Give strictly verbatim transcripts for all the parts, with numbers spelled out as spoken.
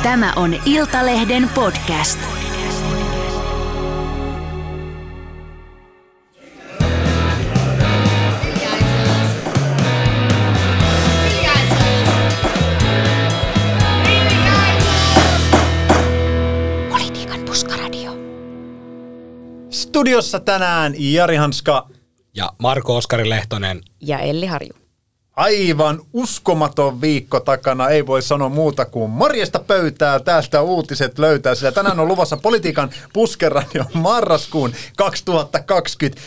Tämä on Iltalehden podcast. Politiikan puskaradio. Studiossa tänään Jari Hanska ja Marko Oskari Lehtonen ja Elli Harju. Aivan uskomaton viikko takana, ei voi sanoa muuta kuin morjesta pöytää, täältä uutiset löytää, sillä tänään on luvassa Politiikan puskeradio marraskuun kaksituhattakaksikymmentä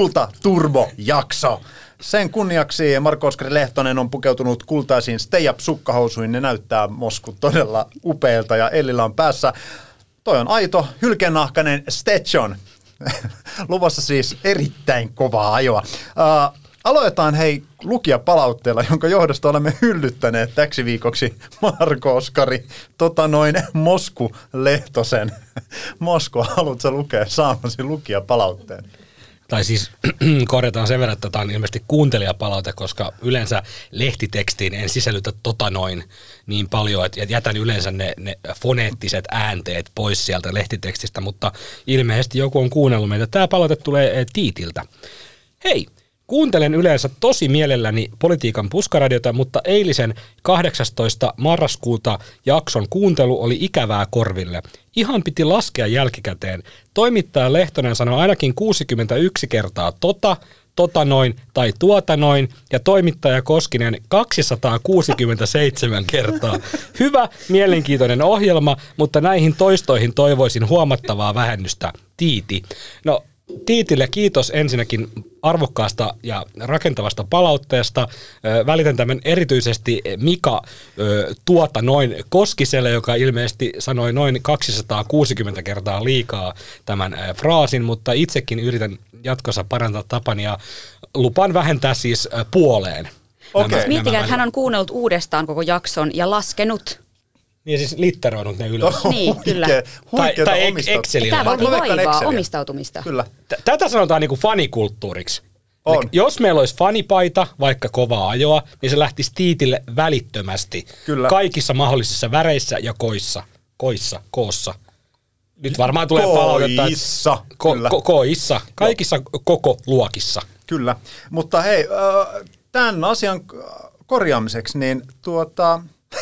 Kulta-turbo-jakso. Sen kunniaksi Marko Oskari Lehtonen on pukeutunut kultaisiin Stay Up-sukkahousuihin, ne näyttää Mosku todella upealta ja Ellillä on päässä, toi on aito, hylkeennahkainen Stetson. Luvassa siis erittäin kovaa ajoa. Uh, Aloitetaan hei lukijapalautteella, jonka johdosta olemme hyllyttäneet täksi viikoksi Marko Oskari, tota noin Mosku Lehtosen. Mosko, haluatko lukea saamasi lukijapalautteen? Tai siis korjataan sen verran, että tämä on ilmeisesti kuuntelijapalaute, koska yleensä lehtitekstiin en sisällytä tota noin niin paljon, että jätän yleensä ne, ne foneettiset äänteet pois sieltä lehtitekstistä, mutta ilmeisesti joku on kuunnellut meitä. Tämä palaute tulee Tiitiltä. Hei! Kuuntelen yleensä tosi mielelläni Politiikan puskaradiota, mutta eilisen kahdeksastoista marraskuuta jakson kuuntelu oli ikävää korville. Ihan piti laskea jälkikäteen. Toimittaja Lehtonen sanoi ainakin kuusikymmentäyksi kertaa tota, tota noin tai tuota noin, ja toimittaja Koskinen kaksisataakuusikymmentäseitsemän kertaa. Hyvä, mielenkiintoinen ohjelma, mutta näihin toistoihin toivoisin huomattavaa vähennystä. Tiiti. No, Tiitille kiitos ensinnäkin arvokkaasta ja rakentavasta palautteesta. Välitän tämän erityisesti Mika tuota noin Koskiselle, joka ilmeisesti sanoi noin kaksisataakuusikymmentä kertaa liikaa tämän fraasin, mutta itsekin yritän jatkossa parantaa tapani ja lupaan vähentää siis puoleen. Okay. Miettikää, että hän on kuunnellut uudestaan koko jakson ja laskenut. Niin siis litteroinut ne ylös. Oh, niin, kyllä. Tai, tai Excelillä. Tämä vaatii vaivaa, omistautumista. Kyllä. Tätä sanotaan niin kuin fanikulttuuriksi. On. Jos meillä olisi fanipaita, vaikka kovaa ajoa, niin se lähtisi Tiitille välittömästi. Kyllä. Kaikissa mahdollisissa väreissä ja koissa. Koissa, koossa. Nyt varmaan tulee palautetta. Koissa, Ko, kyllä. Ko, koissa. Kaikissa no. Koko luokissa. Kyllä, mutta hei, äh, tämän asian korjaamiseksi, niin tuota...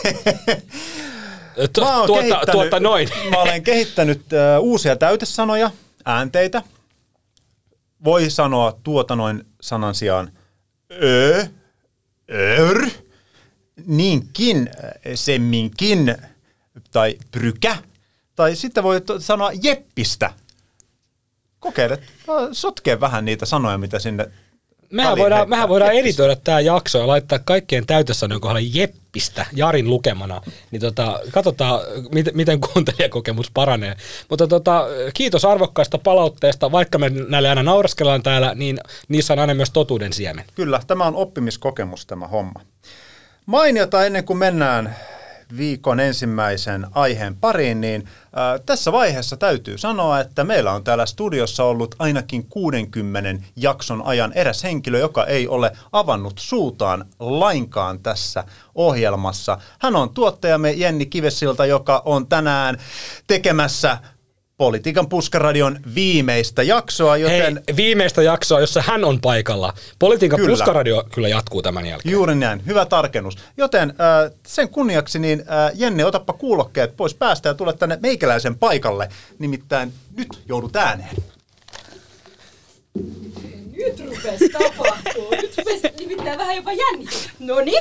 Mä oon tuota, tuota noin. Mä olen kehittänyt uh, uusia täytesanoja, äänteitä. Voi sanoa tuota noin sanan sijaan ö, ör, niinkin, semminkin, tai prykä, tai sitten voi to- sanoa jeppistä. Kokeile, sotkee vähän niitä sanoja, mitä sinne... Mehän voidaan, mehän voidaan editoida tämä jakso ja laittaa kaikkien täytesanojen kohdalla jeppistä Jarin lukemana. Niin tota, katsotaan, miten, miten kuuntelijakokemus paranee. Mutta tota, kiitos arvokkaista palautteesta. Vaikka me näille aina nauraskellaan täällä, niin niissä on aina myös totuuden siemen. Kyllä, tämä on oppimiskokemus tämä homma. Mainiota ennen kuin mennään viikon ensimmäisen aiheen pariin, niin äh, tässä vaiheessa täytyy sanoa, että meillä on täällä studiossa ollut ainakin kuudenkymmenen jakson ajan eräs henkilö, joka ei ole avannut suutaan lainkaan tässä ohjelmassa. Hän on tuottajamme Jenni Kivesilta, joka on tänään tekemässä Politiikan puskaradion viimeistä jaksoa, joten... Hei, viimeistä jaksoa, jossa hän on paikalla. Politiikan kyllä. Puskaradio kyllä jatkuu tämän jälkeen. Juuri näin, hyvä tarkennus. Joten äh, sen kunniaksi, niin äh, Jenni, otappa kuulokkeet pois päästä ja tule tänne meikäläisen paikalle. Nimittäin nyt joudut ääneen. Nyt rupesi tapahtuu. Nyt rupesi nimittäin vähän jopa jännittää. Noniin.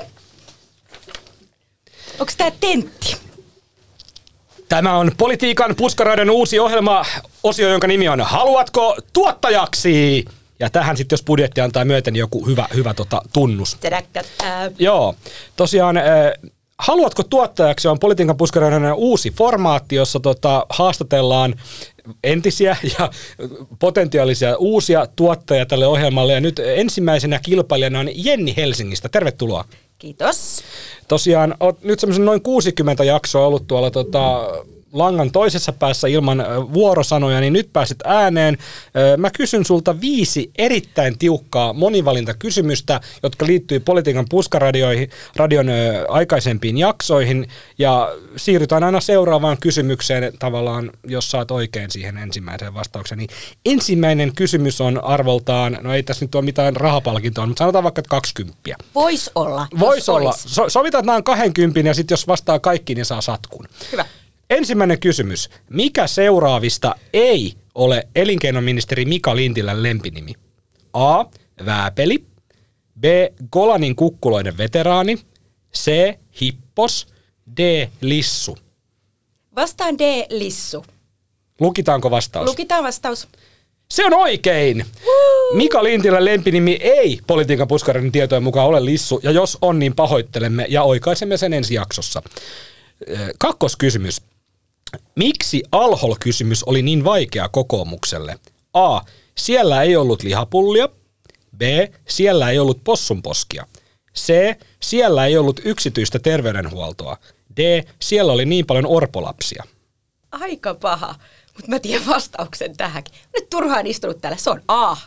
Onks tää tentti? Tämä on Politiikan puskaradion uusi ohjelma, osio, jonka nimi on Haluatko tuottajaksi? Ja tähän sitten, jos budjetti antaa myöten, niin joku hyvä, hyvä tota, tunnus. Sedäkkätää. Joo, tosiaan... Äh, Haluatko tuottajaksi on Politiikan puskaradion uusi formaatti, jossa tota, haastatellaan entisiä ja potentiaalisia uusia tuottajia tälle ohjelmalle. Ja nyt ensimmäisenä kilpailijana on Jenni Helsingistä. Tervetuloa. Kiitos. Tosiaan olet nyt semmoisen noin kuusikymmentä jaksoa ollut tuolla tota, langan toisessa päässä ilman vuorosanoja, niin nyt pääset ääneen. Mä kysyn sulta viisi erittäin tiukkaa monivalintakysymystä, jotka liittyy Politiikan puskaradioihin, radion aikaisempiin jaksoihin, ja siirrytään aina seuraavaan kysymykseen tavallaan, jos saat oikein siihen ensimmäiseen vastaukseen. Niin ensimmäinen kysymys on arvoltaan, no ei tässä nyt ole mitään rahapalkintoa, mutta sanotaan vaikka kaksikymmentä. Vois olla. Vois olla. So, sovitaan, että nämä on kaksikymmentä, ja sitten jos vastaa kaikki, niin saa satkun. Hyvä. Ensimmäinen kysymys. Mikä seuraavista ei ole elinkeinoministeri Mika Lintilän lempinimi? A. Vääpeli. B. Golanin kukkuloiden veteraani. C. Hippos. D. Lissu. Vastaan D. Lissu. Lukitaanko vastaus? Lukitaan vastaus. Se on oikein! Woo! Mika Lintilän lempinimi ei Politiikan puskaradin tietojen mukaan ole Lissu, ja jos on, niin pahoittelemme ja oikaisemme sen ensi jaksossa. Kakkoskysymys. Miksi Al-Hol-kysymys oli niin vaikea kokoomukselle? A. Siellä ei ollut lihapullia. B. Siellä ei ollut possunposkia. C. Siellä ei ollut yksityistä terveydenhuoltoa. D. Siellä oli niin paljon orpolapsia. Aika paha, mutta mä tiedän vastauksen tähänkin. Nyt turhaan istunut täällä, se on A.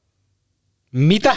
Mitä?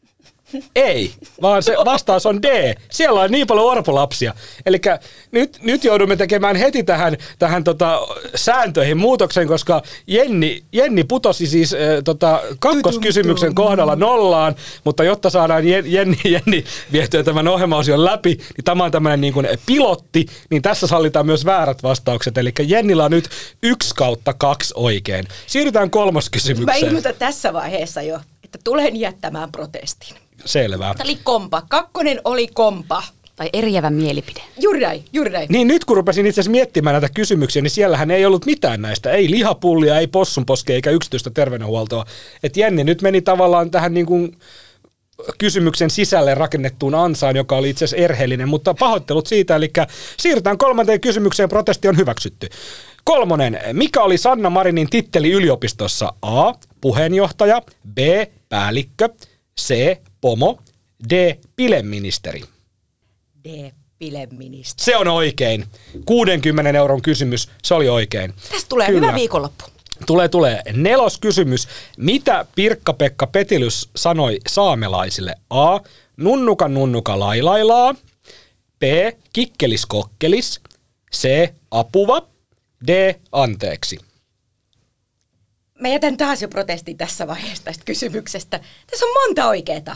Ei, vaan se vastaus on D. Siellä on niin paljon orpolapsia. Eli nyt, nyt joudumme tekemään heti tähän, tähän tota, sääntöihin muutoksen, koska Jenni, Jenni putosi siis äh, tota, kakkoskysymyksen kohdalla nollaan, mutta jotta saadaan Jenni, Jenni vietyä tämän ohjelmaosion läpi, niin tämä on tämmöinen niin kuin pilotti, niin tässä sallitaan myös väärät vastaukset. Eli Jennillä on nyt yksi kautta kaksi oikein. Siirrytään kolmoskysymykseen. Mä ilmoitan tässä vaiheessa jo, että tulen jättämään protestin. Selvä. Tämä oli kompa. Kakkonen oli kompa. Tai eriävä mielipide. Juuri näin, juuri näin. Niin nyt kun rupesin itse asiassa miettimään näitä kysymyksiä, niin siellähän ei ollut mitään näistä. Ei lihapullia, ei possunposkea eikä yksityistä terveydenhuoltoa. Että Jenni nyt meni tavallaan tähän niin kuin kysymyksen sisälle rakennettuun ansaan, joka oli itse asiassa erheellinen, mutta pahoittelut siitä. Eli siirrytään kolmanteen kysymykseen, protesti on hyväksytty. Kolmonen. Mikä oli Sanna Marinin titteli yliopistossa? A. Puheenjohtaja. B. Päällikkö. C. Pomo. D. Pileministeri. D. Pileministeri. Se on oikein. kuudenkymmenen euron kysymys. Se oli oikein. Tästä tulee Kyllä. hyvä viikonloppu. Tulee, tulee. Nelos kysymys. Mitä Pirkka-Pekka Petilys sanoi saamelaisille? A. Nunnuka nunnuka lailailaa. B. Kikkelis kokkelis. C. Apuva. D. Anteeksi. Mä jätän taas jo protestin tässä vaiheessa tästä kysymyksestä. Tässä on monta oikeeta.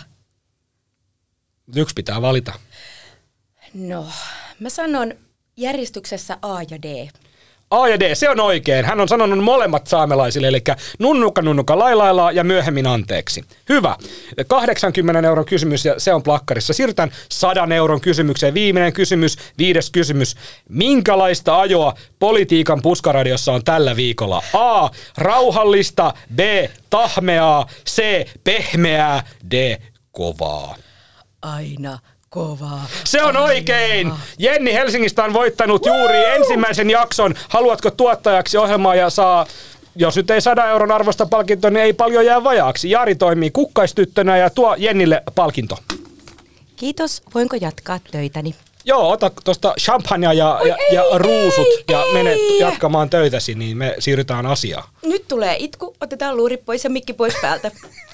Yksi pitää valita. No, mä sanon järjestyksessä A ja D. A ja D, se on oikein. Hän on sanonut molemmat saamelaisille, eli nunnuka nunnuka lailailaa ja myöhemmin anteeksi. Hyvä. kahdeksankymmenen euron kysymys ja se on plakkarissa. Siirrytään sadan euron kysymykseen. Viimeinen kysymys, viides kysymys. Minkälaista ajoa Politiikan puskaradiossa on tällä viikolla? A. Rauhallista. B. Tahmeaa. C. Pehmeää. D. Kovaa. Aina kovaa. Se on oikein! Jenni Helsingistä on voittanut juuri Woo! ensimmäisen jakson. Haluatko tuottajaksi ohjelmaa ja saa, jos nyt ei sadan euron arvosta palkintoa, niin ei paljon jää vajaaksi. Jari toimii kukkaistyttönä ja tuo Jennille palkinto. Kiitos. Voinko jatkaa töitäni? Joo, ota tuosta champagnea ja, ja, ei, ja ruusut ei, ja ei. mene jatkamaan töitäsi, niin me siirrytään asiaan. Nyt tulee itku, otetaan luuri pois ja mikki pois päältä.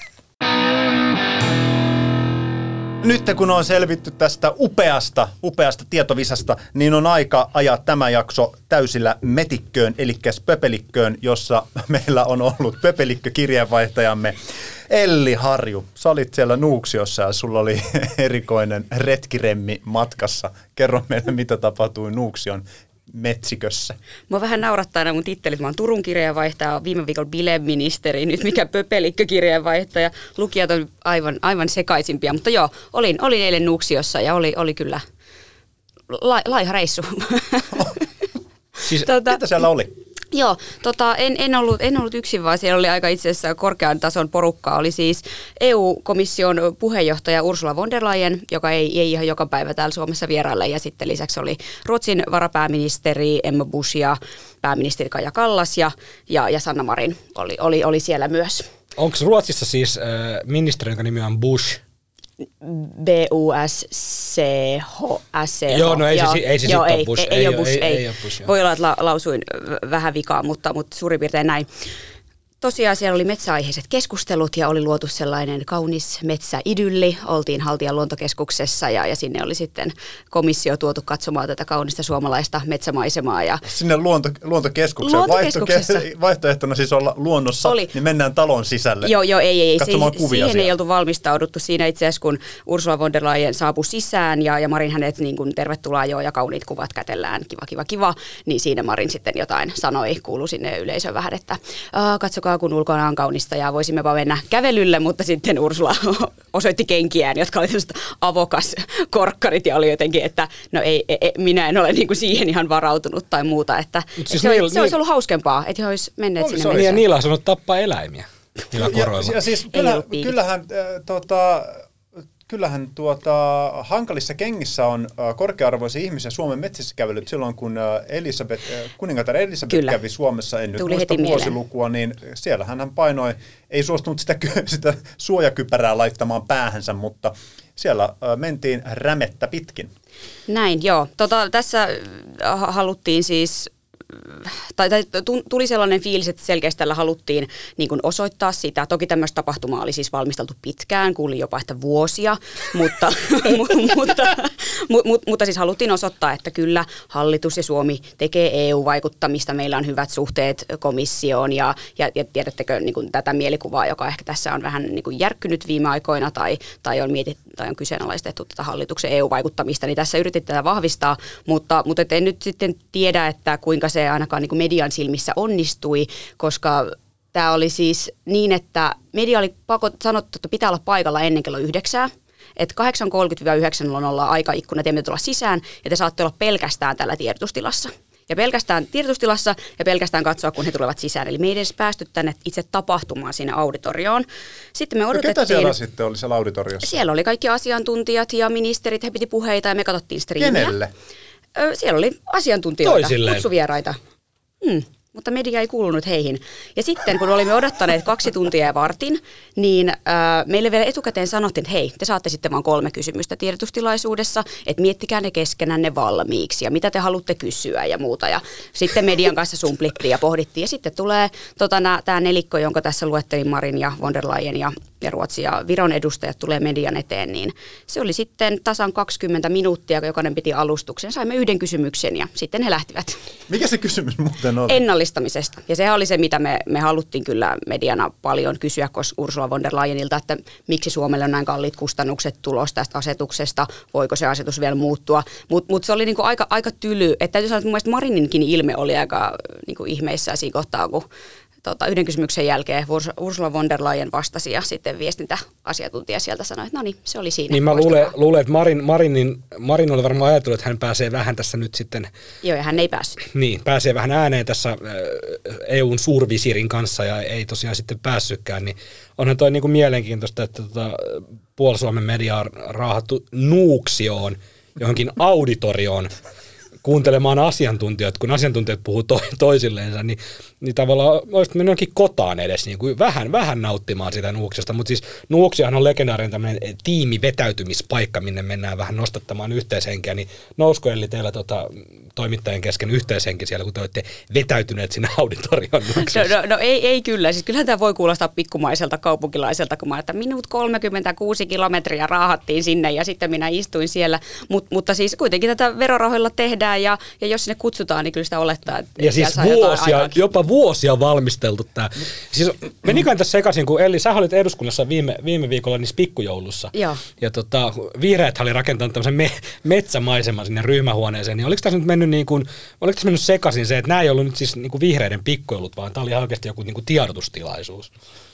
Nyt kun on selvitty tästä upeasta, upeasta tietovisasta, niin on aika ajaa tämä jakso täysillä metikköön, eli pöpelikköön, jossa meillä on ollut pöpelikkö-kirjeenvaihtajamme Elli Harju. Sä olit siellä Nuuksiossa ja sulla oli erikoinen retkiremmi matkassa. Kerro meille, mitä tapahtui Nuuksion metsikössä. Mua vähän naurattaa nämä mun tittelit. Mä oon Turun kirjeenvaihtaja, viime viikolla bileministeri, nyt mikä pöpelikkö-kirjeenvaihtaja. Lukijat on aivan, aivan sekaisimpia, mutta joo, olin, olin eilen Nuuksiossa ja oli, oli kyllä la, laiha reissu. Siis tota, mitä siellä oli? Joo, tota, en, en, ollut, en ollut yksin, vaan siellä oli aika itse asiassa korkean tason porukkaa. Oli siis E U-komission puheenjohtaja Ursula von der Leyen, joka ei, ei ihan joka päivä täällä Suomessa vierailla. Ja sitten lisäksi oli Ruotsin varapääministeri Emma Busch ja pääministeri Kaja Kallas ja, ja, ja Sanna Marin oli, oli, oli siellä myös. Onko Ruotsissa siis äh, ministeri, jonka nimi on Bush? B U S C H S C H. Joo, no ei se, ei se joo, sitten ei, ole Bush. Ei, ei, ei, ei, ei, ei ole Bush, voi olla, että la, lausuin vähän vikaa, mutta, mutta suurin piirtein näin. Tosiaan siellä oli metsäaiheiset keskustelut ja oli luotu sellainen kaunis metsäidylli. Oltiin Haltian luontokeskuksessa ja, ja sinne oli sitten komissio tuotu katsomaan tätä kaunista suomalaista metsämaisemaa. Ja sinne luonto, luontokeskukseen. Luontokeskuksessa. Vaihtoke- vaihtoehtona siis olla luonnossa, oli. Niin mennään talon sisälle. Joo, joo, ei, ei. Katsomaan Se, kuvia siihen siellä. ei oltu valmistauduttu siinä itse asiassa, kun Ursula von der Leyen saapui sisään ja, ja Marin hänet niin kuin tervetuloa joo ja kauniit kuvat kätellään, kiva, kiva, kiva. Niin siinä Marin sitten jotain sanoi, kuului sinne yleisön vähän, että katsokaa kun ulkona on kaunista ja voisimmepa mennä kävelylle, mutta sitten Ursula osoitti kenkiään, jotka oli tämmöiset avokas korkkarit ja oli jotenkin, että no ei, ei minä en ole niinku siihen ihan varautunut tai muuta, että siis se, niillä, oli, se olisi ollut hauskempaa, että he olisi menneet Oli, sinne se oli. Niin, ja metsään. niillä on sanonut tappaa eläimiä niillä koroilla. Ja, ja siis Ei kyllä, ollut piilit. kyllähän, äh, tota, kyllähän tuota, hankalissa kengissä on äh, korkea-arvoisia ihmisiä Suomen metsissä kävellyt silloin, kun äh, Elisabeth, äh, kuningatar Elisabeth Kyllä. kävi Suomessa, en nyt Tuli muista heti vuosilukua, niin siellähän hän painoi, ei suostunut sitä, sitä suojakypärää laittamaan päähänsä, mutta siellä äh, mentiin rämettä pitkin. Näin, joo. Tota, tässä äh, haluttiin siis, tai, tai tuli sellainen fiilis, että selkeästi tällä haluttiin niin kuin osoittaa sitä. Toki tämmöistä tapahtumaa oli siis valmisteltu pitkään, kuuli jopa että vuosia, mutta, mutta, mutta, mutta siis haluttiin osoittaa, että kyllä hallitus ja Suomi tekee E U-vaikuttamista. Meillä on hyvät suhteet komissioon ja, ja, ja tiedättekö niin kuin tätä mielikuvaa, joka ehkä tässä on vähän niin kuin järkkynyt viime aikoina tai, tai, on mietit, tai on kyseenalaistettu tätä hallituksen E U-vaikuttamista, niin tässä yritettiin tätä vahvistaa, mutta, mutta en nyt sitten tiedä, että kuinka se ainakaan niin kuin median silmissä onnistui, koska tämä oli siis niin, että media oli pakko sanottu, että pitää olla paikalla ennen kello yhdeksää. Että kahdeksan kolmekymmentä yhdeksän on olla aikaikkunat, emme tulla sisään, ja te saatte olla pelkästään tällä tiedotustilassa. Ja pelkästään tiedotustilassa ja pelkästään katsoa, kun he tulevat sisään. Eli me ei edes päästy tänne itse tapahtumaan sinne auditorioon. Sitten me odotettiin. Ketä siellä sitten oli siellä auditoriossa? Siellä oli kaikki asiantuntijat ja ministerit, he piti puheita ja me katsottiin striimiä. Kenelle? Ö, siellä oli asiantuntijoita, Toisilleen. kutsuvieraita. Hmm. Mutta media ei kuulunut heihin. Ja sitten kun olimme odottaneet kaksi tuntia ja vartin, niin äh, meille vielä etukäteen sanottiin, että hei, te saatte sitten vain kolme kysymystä tiedotustilaisuudessa, että miettikää ne keskenänne valmiiksi ja mitä te haluatte kysyä ja muuta. Ja sitten median kanssa sumplittiin ja pohdittiin. Ja sitten tulee tota, tämä nelikko, jonka tässä luettelin Marin ja von der Leyen ja, ja Ruotsin ja Viron edustajat tulee median eteen, niin se oli sitten tasan kaksikymmentä minuuttia, jokainen piti alustuksen. Saimme yhden kysymyksen ja sitten he lähtivät. Mikä se kysymys muuten oli? Ennallistamisesta. Ja sehän oli se, mitä me, me haluttiin kyllä mediana paljon kysyä, koska Ursula von der Leyenilta, että miksi Suomelle on näin kalliit kustannukset tulos tästä asetuksesta, voiko se asetus vielä muuttua. Mutta mut se oli niinku aika, aika tyly. Että täytyy sanoa, että mun mielestä Marininkin ilme oli aika niinku ihmeissään siinä kohtaa, kun Tota, yhden kysymyksen jälkeen Ursula von der Leyen vastasi ja sitten viestintäasiantuntija sieltä sanoi, että no niin, se oli siinä. Niin mä luulen, luulen, että Marin, Marinin, Marin oli varmaan ajatellut, että hän pääsee vähän tässä nyt sitten. Joo, ja hän ei päässyt. Niin, pääsee vähän ääneen tässä E U:n suurvisirin kanssa ja ei tosiaan sitten päässytkään. Niin onhan toi niinku mielenkiintoista, että tota, Puol-Suomen media on raahattu Nuuksioon, johonkin auditorioon, kuuntelemaan asiantuntijoita, kun asiantuntijat puhuu to- toisilleensa, niin, niin tavallaan olisi mennyt jonkin kotaan edes niin kuin vähän, vähän nauttimaan sitä Nuuksiosta, mutta siis Nuuksiohan on legendaarinen tämmöinen tiimivetäytymispaikka, minne mennään vähän nostattamaan yhteishenkeä, niin nousko Elli teillä tota, toimittajien kesken yhteishenki siellä, kun te olette vetäytyneet sinne auditorioon Nuuksiossa? No, no, no ei, ei kyllä, siis kyllähän tämä voi kuulostaa pikkumaiselta kaupunkilaiselta, kun mä että minut kolmekymmentäkuusi kilometriä raahattiin sinne ja sitten minä istuin siellä, Mut, mutta siis kuitenkin tätä verorahoilla tehdään ja, ja jos sinne kutsutaan, niin kyllä sitä olettaa, että ja siis vuosia, jopa vuosia valmisteltu tämä. Siis menikään tässä sekaisin, kun Elli, sä olit eduskunnassa viime, viime viikolla niissä pikkujoulussa. Joo. Ja tota, vihreät oli rakentanut tämmöisen me, metsämaiseman sinne ryhmähuoneeseen. Niin oliko tässä nyt mennyt niin kuin, oliko tässä mennyt sekaisin se, että nämä ei ollut nyt siis niin kuin vihreiden pikkujoulut, vaan tämä oli oikeasti joku niin kuin tiedotustilaisuus?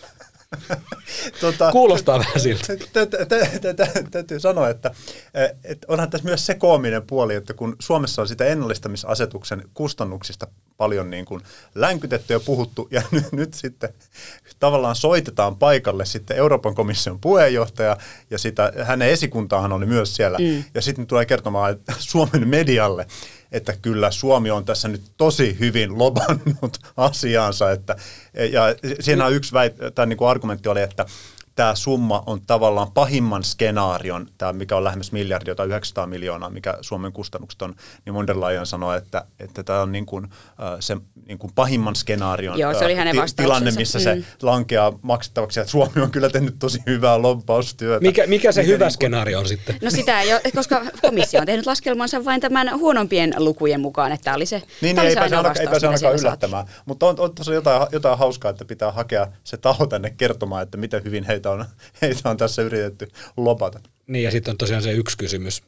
Tota, Kuulostaa vähän siltä. Täytyy sanoa, että onhan tässä myös se koominen puoli, että kun Suomessa on sitä ennallistamisasetuksen kustannuksista paljon niin kuin länkytetty ja puhuttu, ja nyt, nyt sitten tavallaan soitetaan paikalle sitten Euroopan komission puheenjohtaja, ja sitä, hänen esikuntaahan oli myös siellä, mm. ja sitten tulee kertomaan Suomen medialle, että kyllä Suomi on tässä nyt tosi hyvin lobannut asiaansa, että, ja siinä on yksi väit, tai niin kuin argumentti oli, että tämä summa on tavallaan pahimman skenaarion, tämä mikä on lähemmäs miljardia tai yhdeksänsataa miljoonaa, mikä Suomen kustannukset on, niin von der Leyen sanoi, että, että tämä on niin kuin, äh, se niin kuin pahimman skenaarion Joo, se oli hänen ti- tilanne, missä mm. se lankeaa maksettavaksi, että Suomi on kyllä tehnyt tosi hyvää lobbaustyötä. Mikä, mikä se mikä hyvä niin kuin, skenaario on sitten? No sitä ei ole, koska komissio on tehnyt laskelmansa vain tämän huonompien lukujen mukaan, että tämä oli se, niin, tämä niin oli se ei pääse ainoa ainakaan, ei vastaus, pääse mitä ainakaan sieltä yllättämään. Mutta on, on tuossa jotain, jotain hauskaa, että pitää hakea se taho tänne kertomaan, että miten hyvin heitä on, heitä on tässä yritetty lobata. Niin, ja sitten on tosiaan se yksi kysymys.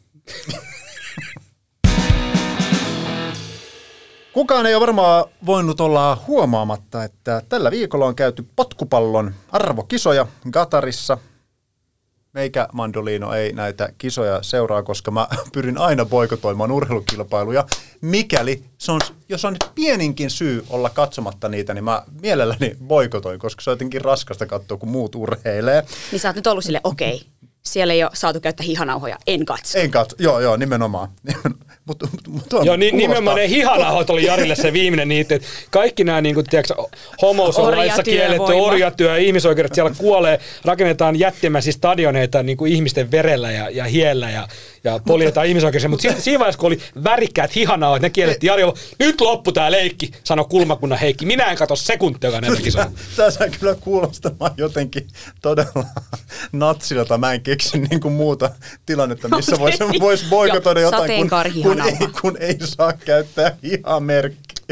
Kukaan ei ole varmaan voinut olla huomaamatta, että tällä viikolla on käyty potkupallon arvokisoja Qatarissa. Meikä Mandolino ei näitä kisoja seuraa, koska mä pyrin aina boikotoimaan urheilukilpailuja. Mikäli, se on, jos on nyt pieninkin syy olla katsomatta niitä, niin mä mielelläni boikotoin, koska se on jotenkin raskasta katsoa, kun muut urheilee. Niin sä oot nyt ollut silleen, okei, okay, siellä ei ole saatu käyttää hihanauhoja, en katso. En katso, joo joo, nimenomaan. Mut, mut on, Joo, ni, kuulostaa. nimenomaan ne hihanahot oli Jarille se viimeinen niitä, että kaikki nämä niin kuin, tiedätkö, homous on laissa kielletty, orjatyö, ihmisoikeudet siellä kuolee, rakennetaan jättimäisiä stadioneita niin kuin ihmisten verellä ja, ja hiellä ja, ja poljetaan ihmisoikeuksia, mutta si, siinä vaiheessa, kun oli värikkäät hihanahot, ne kiellettiin Jarilla, nyt loppu tää leikki, sanoi Kulmakunnan Heikki, minä en katso sekuntiakaan näitä kisoja. Tässä kyllä kuulostamaan jotenkin todella natsilta, mä en keksi niin kuin muuta tilannetta, missä Okay. voisi vois boikotoida jotain, kun, kun, ei, kun ei saa käyttää hihamerkkiä.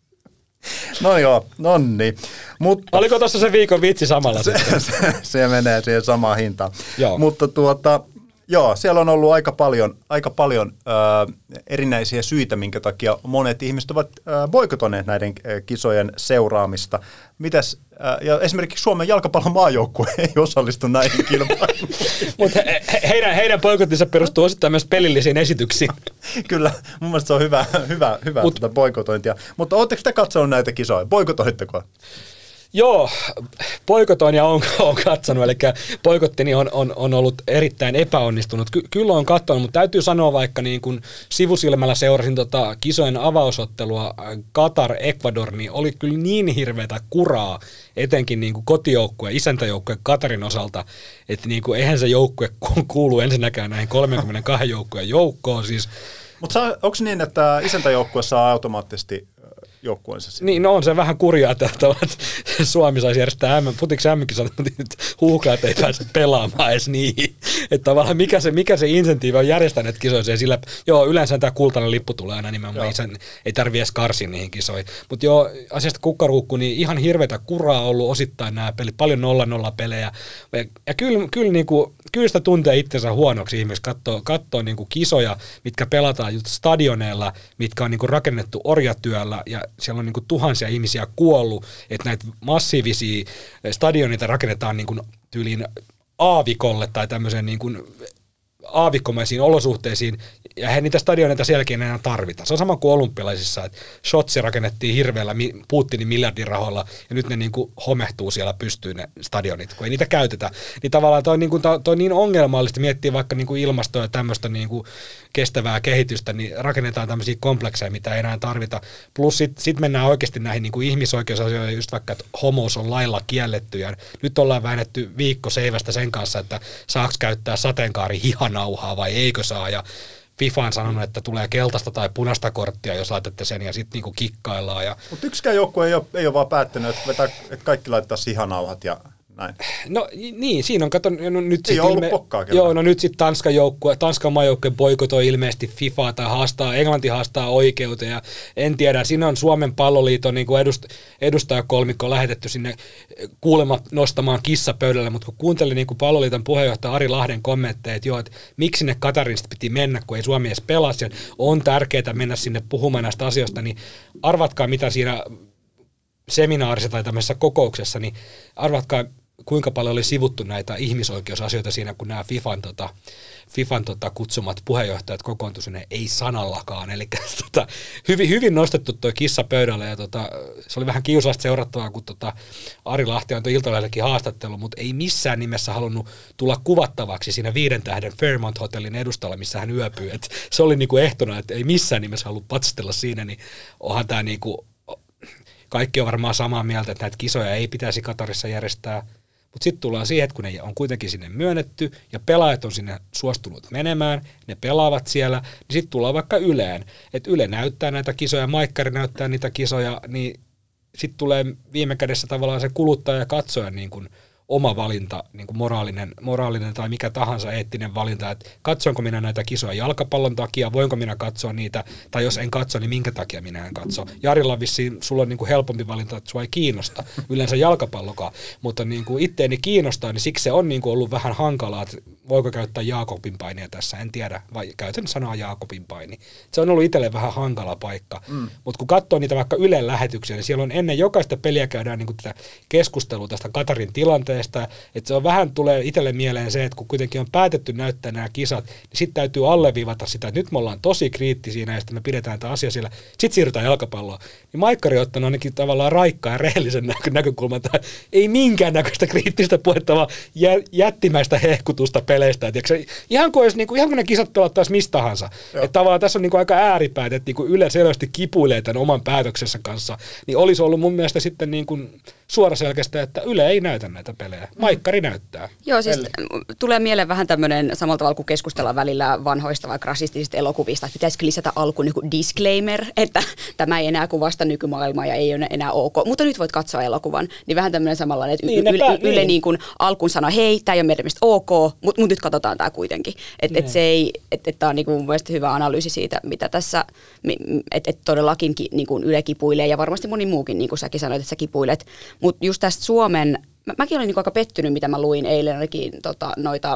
No joo, nonni. Mutta Oliko tuossa se viikon vitsi samalla se, sitten? se, se menee siihen samaan hintaan. Joo. Mutta tuota, joo, siellä on ollut aika paljon, aika paljon äh, erinäisiä syitä, minkä takia monet ihmiset ovat äh, boikotoneet näiden äh, kisojen seuraamista. Mitäs, äh, ja esimerkiksi Suomen jalkapallon maajoukkue ei osallistu näihin kilpailuihin. Mutta he, he, heidän, heidän boikottinsa perustuu osittain myös pelillisiin esityksiin. Kyllä, mun mielestä se on hyvä, hyvä, hyvä Mut, tuota boikotointia. Mutta ootteko te katsonut näitä kisoja? Boikotoitteko? Joo, boikotoin ja on, on katsonut, eli boikottini on, on, on ollut erittäin epäonnistunut. Ky, kyllä on katsonut, mutta täytyy sanoa vaikka niin kun sivusilmällä seurasin tota kisojen avausottelua Qatar-Ecuador, niin oli kyllä niin hirveätä kuraa, etenkin niin kuin kotijoukkue, isäntäjoukkue Qatarin osalta, että niin kuin eihän se joukkue kuulu ensinnäkään näihin kolmekymmentäkaksi joukkueen joukkoon. Siis. Mutta onko niin, että isäntäjoukkue saa automaattisesti joukkueensa sinne? Niin, no on se vähän kurjaa, että, että Suomi saisi järjestää M, futiksi M-kisat, mutta huuhkaat ei pääse pelaamaan edes niihin. Että tavallaan mikä se, mikä se insentiivi on järjestää näitä kisoja sillä, joo, yleensä tämä kultainen lippu tulee aina nimenomaan, isän, ei tarvitse edes karsia niihin kisoihin. Mutta joo, asiasta kukkaruukku, niin ihan hirveätä kuraa ollut osittain nämä pelit, paljon nolla nolla pelejä. Ja, ja kyllä, kyllä, niin kuin, kyllä sitä tuntee itsensä huonoksi ihmiksi, katsoo, katsoo niin kuin kisoja, mitkä pelataan just stadioneilla, mitkä on niin kuin rakennettu orjatyöllä, ja siellä on niin kuin tuhansia ihmisiä kuollut, että näitä massiivisia stadioneita rakennetaan niin kuin tyyliin aavikolle tai tämmöiseen niin kuin aavikkomaisiin olosuhteisiin, ja he niitä stadioneita sielläkin enää tarvita. Se on sama kuin olympialaisissa, että Shotsi rakennettiin hirveällä Putinin miljardin rahoilla, ja nyt ne niin kuin homehtuu siellä pystyyn ne stadionit, kun ei niitä käytetä. Niin tavallaan toi, niin kuin, toi niin ongelmallista miettiä vaikka niin kuin ilmastoa ja tämmöistä niin kuin kestävää kehitystä, niin rakennetaan tämmöisiä komplekseja, mitä ei enää tarvita. Plus sitten sit mennään oikeasti näihin niin kuin ihmisoikeusasioihin, just vaikka, että homous on lailla kielletty, ja nyt ollaan väännetty viikko seivästä sen kanssa, että saaks käyttää sateenkaari hihanauhaa vai eikö saa, ja FIFA on sanonut, että tulee keltaista tai punaista korttia, jos laitatte sen, ja sitten niinku kikkaillaan. Ja Mutta yksikään joukkue ei ole, ei ole vaan päättänyt, että, vetää, että kaikki laittaa hihanauhat ja näin. No niin, siinä on, kato, no, nyt ei sit ole ilme- ollut pokkaa Joo, no nyt sitten Tanskan joukkue, Tanskan maajoukkue boikotoi ilmeisesti FIFAa tai haastaa, Englanti haastaa oikeuteen, ja en tiedä, siinä on Suomen palloliiton niin kuin edust, edustajakolmikko lähetetty sinne kuulemma nostamaan kissa pöydälle, mutta kun kuuntelin niin kuin palloliiton puheenjohtaja Ari Lahden kommentteja, että joo, että miksi ne Qatarin piti mennä, kun ei Suomi edes pelaa, ja on tärkeää mennä sinne puhumaan näistä asioista, niin arvatkaa mitä siinä seminaarissa tai tämmöisessä kokouksessa, niin arvatkaa, kuinka paljon oli sivuttu näitä ihmisoikeusasioita siinä, kun nämä FIFAn, tota, FIFAn tota, kutsumat puheenjohtajat kokoontui sinne, ei sanallakaan. Eli tota, hyvin, hyvin nostettu tuo kissa pöydälle, ja tota, se oli vähän kiusallista seurattavaa, kun tota, Ari Lahti antoi Iltalehdellekin haastattelu, mutta ei missään nimessä halunnut tulla kuvattavaksi siinä viiden tähden Fairmont Hotellin edustalla, missä hän yöpyy. Et se oli niinku ehtona, että ei missään nimessä halua patsastella siinä, niin onhan tämä niinku, kaikki on varmaan samaa mieltä, että näitä kisoja ei pitäisi Qatarissa järjestää. Mutta mutta sitten tullaan siihen, että kun ne on kuitenkin sinne myönnetty ja pelaajat on sinne suostunut menemään, ne pelaavat siellä, niin sitten tullaan vaikka Yleen. Että Yle näyttää näitä kisoja, Maikkari näyttää niitä kisoja, niin sitten tulee viime kädessä tavallaan se kuluttaja ja katsoja niin kuin oma valinta, niin kuin moraalinen, moraalinen tai mikä tahansa eettinen valinta, että katsonko minä näitä kisoja jalkapallon takia, voinko minä katsoa niitä, tai jos en katso, niin minkä takia minä en katso. Jarilla vissiin sulla on niin kuin helpompi valinta, että sua ei kiinnosta yleensä jalkapallokaan, mutta niin kuin itteeni kiinnostaa, niin siksi se on niin kuin ollut vähän hankalaa, että voiko käyttää Jaakobin painia tässä, en tiedä, vai käytän sanaa Jaakobin paini. Se on ollut itselle vähän hankala paikka, mm. mutta kun katsoo niitä vaikka Ylen lähetyksiä, niin siellä on ennen jokaista peliä käydään niin kuin tätä keskustelua tästä Katarin tilanteesta, että se on vähän tulee itselle mieleen se, että kun kuitenkin on päätetty näyttää nämä kisat, niin sitten täytyy alleviivata sitä, että nyt me ollaan tosi kriittisiä ja sitten me pidetään tämä asia siellä, sitten siirrytään jalkapalloon. Niin Maikkari on ottanut ainakin tavallaan raikkaa ja rehellisen näkö- näkökulman, että ei minkäännäköistä kriittistä puhetta, vaan jä- jättimäistä hehkutusta peleistä. Et ihan, kuin olisi, niin kuin, ihan kuin ne kisat pelattaisiin mistä tahansa. Että tavallaan tässä on niin kuin aika ääripäät, että niin kuin Yle selvästi kipuilee tämän oman päätöksensä kanssa, niin olisi ollut mun mielestä sitten niin kuin suoraselkäistä, että Yle ei näytä näitä pelejä. Maikkari näyttää. Joo, siis Eli. tulee mieleen vähän tämmöinen samalla tavalla kuin keskustellaan välillä vanhoista vaikka rasistisista elokuvista, että pitäisikö lisätä alkuun niin disclaimer, että tämä ei enää kuvasta nykymaailmaa ja ei ole enää ok, mutta nyt voit katsoa elokuvan. Niin vähän tämmöinen samanlainen, että niin, Yle, Yle niin. Niin kuin alkuun sanoo, hei, tämä ei ole meidän mielestä ok, mutta mut nyt katsotaan tämä kuitenkin. Että et se ei, että et tämä on niin kuin mun mielestä hyvä analyysi siitä, mitä tässä, että et todellakin niin kuin Yle kipuilee ja varmasti moni muukin, niin kuin säkin sanoit, että sä kipuilet. Mutta just tästä Suomen, mä, mäkin olin niinku aika pettynyt, mitä mä luin eilen ainakin tota, noita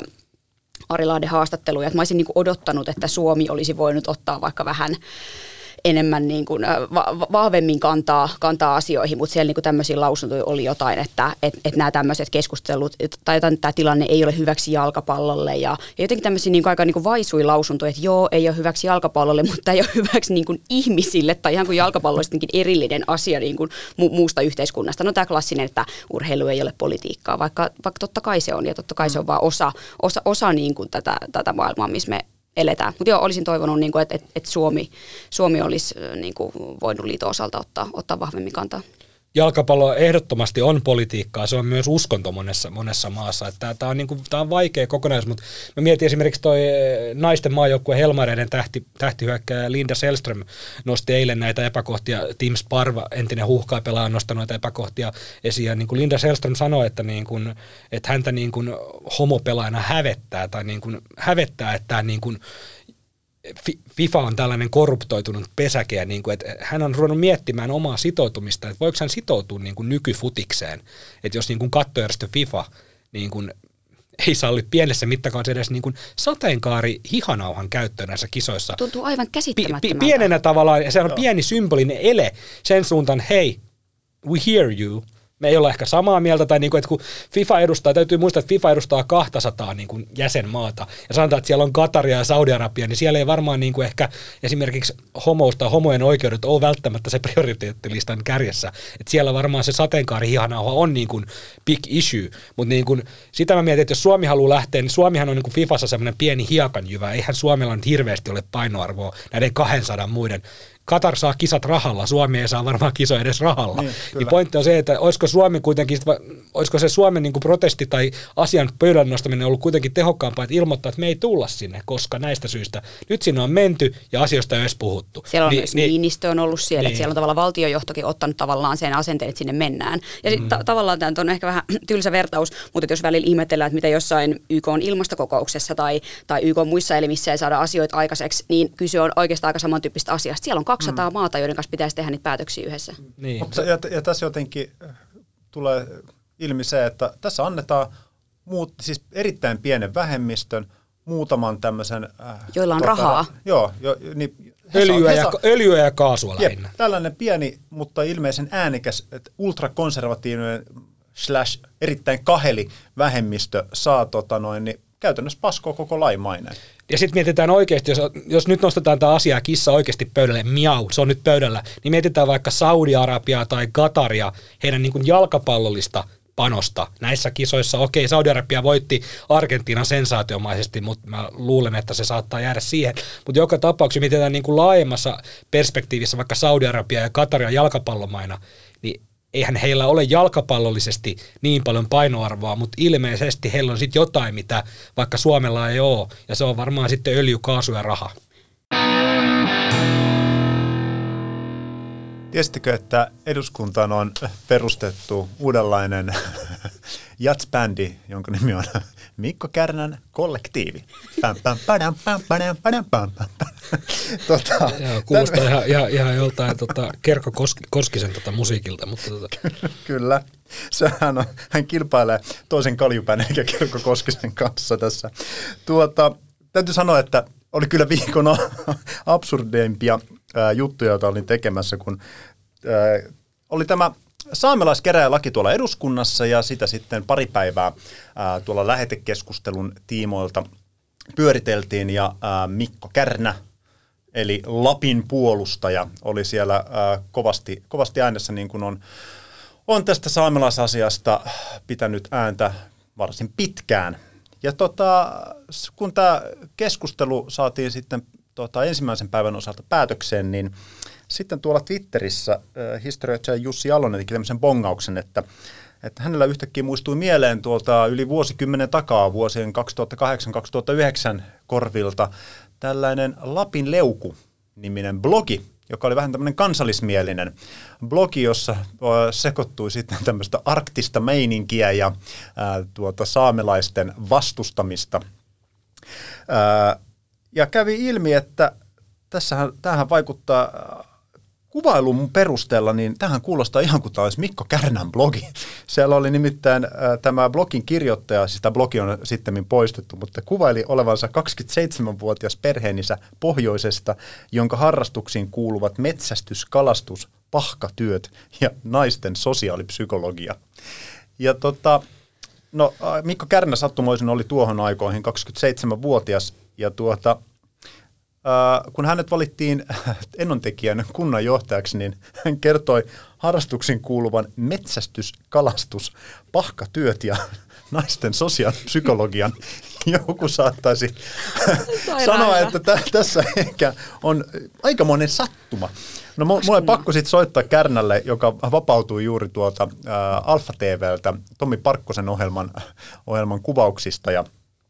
Ari Lahden haastatteluja, että mä olisin niinku odottanut, että Suomi olisi voinut ottaa vaikka vähän enemmän niin kuin, va- vahvemmin kantaa, kantaa asioihin, mutta siellä niin kuin tämmöisiä lausuntoja oli jotain, että et, et nämä tämmöiset keskustelut tai jotain, tämä tilanne ei ole hyväksi jalkapallolle ja, ja jotenkin tämmöisiä niin kuin aika niin kuin vaisuja lausuntoja, että joo, ei ole hyväksi jalkapallolle, mutta ei ole hyväksi niin kuin ihmisille tai ihan kuin jalkapallo olisi erillinen asia niin kuin mu- muusta yhteiskunnasta. No tämä klassinen, että urheilu ei ole politiikkaa, vaikka, vaikka totta kai se on ja totta kai se on vaan osa, osa, osa niin kuin tätä, tätä maailmaa, missä me eletään. Mutta joo, olisin toivonut, niin että et, et Suomi, Suomi olisi niin kuin, voinut liiton osalta ottaa, ottaa vahvemmin kantaa. Jalkapallo ehdottomasti on politiikkaa, se on myös uskonto monessa, monessa maassa. Tämä on, niinku, on vaikea kokonaisuus, mutta mä mietin esimerkiksi toi naisten maajoukkueen Helmareiden tähti, tähtihyökkäjä Linda Sällström nosti eilen näitä epäkohtia. Tim Sparva, entinen huuhkajapelaaja, on nostanut näitä epäkohtia esiin. Ja niin kuin Linda Sällström sanoi, että, niin kuin, että häntä niin kuin homopelaajana hävettää, tai niin kuin hävettää, että niin kuin FIFA on tällainen korruptoitunut pesäke, ja niin kuin, että hän on ruvennut miettimään omaa sitoutumista, että voiko hän sitoutua niin kuin nykyfutikseen, että jos niin kuin kattojärjestö FIFA niin kuin ei salli pienessä mittakaavassa edes niin kuin sateenkaari hihanauhan käyttöön näissä kisoissa. Tuntuu aivan käsittämättömältä. Pi- pienenä tavallaan, se on Joo. pieni symbolinen ele sen suuntaan, hei, we hear you. Me ei olla ehkä samaa mieltä, tai niin kuin, että kun FIFA edustaa, täytyy muistaa, että FIFA edustaa kaksisataa niin kuin jäsenmaata, ja sanotaan, että siellä on Kataria ja Saudi-Arabia, niin siellä ei varmaan niin kuin ehkä esimerkiksi homous tai homojen oikeudet ole välttämättä se prioriteettilistan kärjessä. Että siellä varmaan se sateenkaarihihanauha on niin kuin big issue, mutta niin kuin, sitä mä mietin, että jos Suomi haluaa lähteä, niin Suomihan on niin kuin FIFassa semmoinen pieni hiekanjyvä, eihän Suomella nyt hirveästi ole painoarvoa näiden kahdensadan muiden. Katar saa kisat rahalla, Suomi ei saa varmaan kisoja edes rahalla. Niin, niin pointti on se, että olisiko Suomi kuitenkin, olisiko se Suomen niin kuin protesti tai asian pöydän nostaminen ollut kuitenkin tehokkaampaa, että ilmoittaa, että me ei tulla sinne, koska näistä syistä. Nyt sinne on menty ja asioista ei ole edes puhuttu. Siellä on Ni, myös niin, Niinistö on ollut siellä, niin. Että siellä on tavallaan valtiojohtokin ottanut tavallaan sen asenteen, että sinne mennään. Ja sit, mm. ta- tavallaan tämä on ehkä vähän tylsä vertaus, mutta jos välillä ihmetellään, että mitä jossain Y K:n ilmastokokouksessa tai, tai Y K:n muissa elimissä ei saada asioita aikaiseksi, niin kyse on oikeastaan aika samantyyppistä asiasta. Siellä on kaksisataa mm. maata, joiden kanssa pitäisi tehdä niitä päätöksiä yhdessä. Niin. Ja, ja tässä jotenkin tulee ilmi se, että tässä annetaan muut, siis erittäin pienen vähemmistön, muutaman tämmöisen... Äh, joilla on tuota, rahaa. Joo. Jo, niin, öljyä, Hesa, ja, öljyä ja kaasua lähinnä. Jep, tällainen pieni, mutta ilmeisen äänikäs, ultrakonservatiivinen slash erittäin kaheli vähemmistö saa tota noin, niin käytännössä paskoo koko lain maineen. Ja sitten mietitään oikeasti, jos, jos nyt nostetaan tämä asia kissa oikeasti pöydälle, miau, se on nyt pöydällä, niin mietitään vaikka Saudi-Arabiaa tai Kataria, heidän niin kuin jalkapallollista panosta näissä kisoissa. Okei, Saudi-Arabia voitti Argentiinan sensaatiomaisesti, mutta mä luulen, että se saattaa jäädä siihen. Mutta joka tapauksessa mietitään niin kuin laajemmassa perspektiivissä vaikka Saudi-Arabia ja Kataria jalkapallomaina, niin eihän heillä ole jalkapallollisesti niin paljon painoarvoa, mutta ilmeisesti heillä on sitten jotain, mitä vaikka Suomella ei ole, ja se on varmaan sitten öljy, kaasu ja raha. Tiesittekö, että eduskuntaan on perustettu uudenlainen jatsbändi, jonka nimi on Mikko Kärnän kollektiivi. Pam, pam, padam, pam, padam, padam, pam, pam. Tota, Joo, kuulostaa tämän... ihan, ihan, ihan joltain tota, Kerkko Koski, Koskisen tota, musiikilta. Mutta, tota. Kyllä. Sehän on, hän kilpailee toisen kaljupään eikä Kerkko Koskisen kanssa tässä. Tuota, täytyy sanoa, että oli kyllä viikon absurdeimpia ää, juttuja, joita olin tekemässä, kun ää, oli tämä saamelaiskäräjälaki tuolla eduskunnassa ja sitä sitten pari päivää ää, tuolla lähetekeskustelun tiimoilta pyöriteltiin ja ää, Mikko Kärnä, eli Lapin puolustaja, oli siellä ää, kovasti, kovasti äänessä, niin kuin on, on tästä saamelaisasiasta pitänyt ääntä varsin pitkään. Ja tota, kun tämä keskustelu saatiin sitten tota, ensimmäisen päivän osalta päätökseen, niin sitten tuolla Twitterissä äh, historioitsija Jussi Jalonen teki tämmöisen bongauksen, että, että hänellä yhtäkkiä muistui mieleen tuolta yli vuosikymmenen takaa vuosien kaksituhattakahdeksan kaksituhattayhdeksän korvilta tällainen Lapin Leuku-niminen blogi, joka oli vähän tämmöinen kansallismielinen blogi, jossa sekoittui sitten tämmöistä arktista meininkiä ja ää, tuota, saamelaisten vastustamista. Ää, ja kävi ilmi, että tässähän, tämähän vaikuttaa kuvailun perusteella, niin tähän kuulostaa ihan kuin tämä olisi Mikko Kärnän blogi. Siellä oli nimittäin ää, tämä blogin kirjoittaja, siis tämä blogi on sittemmin poistettu, mutta kuvaili olevansa kaksikymmentäseitsemänvuotias perheenisä pohjoisesta, jonka harrastuksiin kuuluvat metsästys, kalastus, pahkatyöt ja naisten sosiaalipsykologia. Ja tota, no Mikko Kärnä sattumoisin oli tuohon aikoihin kaksikymmentäseitsemänvuotias ja tuota, Uh, kun hänet valittiin Ennontekijän kunnanjohtajaksi, niin hän kertoi harrastuksiin kuuluvan metsästys, kalastus, pahkatyöt ja naisten sosiaalipsykologian. Joku saattaisi sanoa, että t- tässä ehkä on aikamoinen sattuma. No mulla on pakko sitten soittaa Kärnälle, joka vapautui juuri tuolta uh, Alfa T V:ltä Tommi Parkkosen ohjelman, ohjelman kuvauksista ja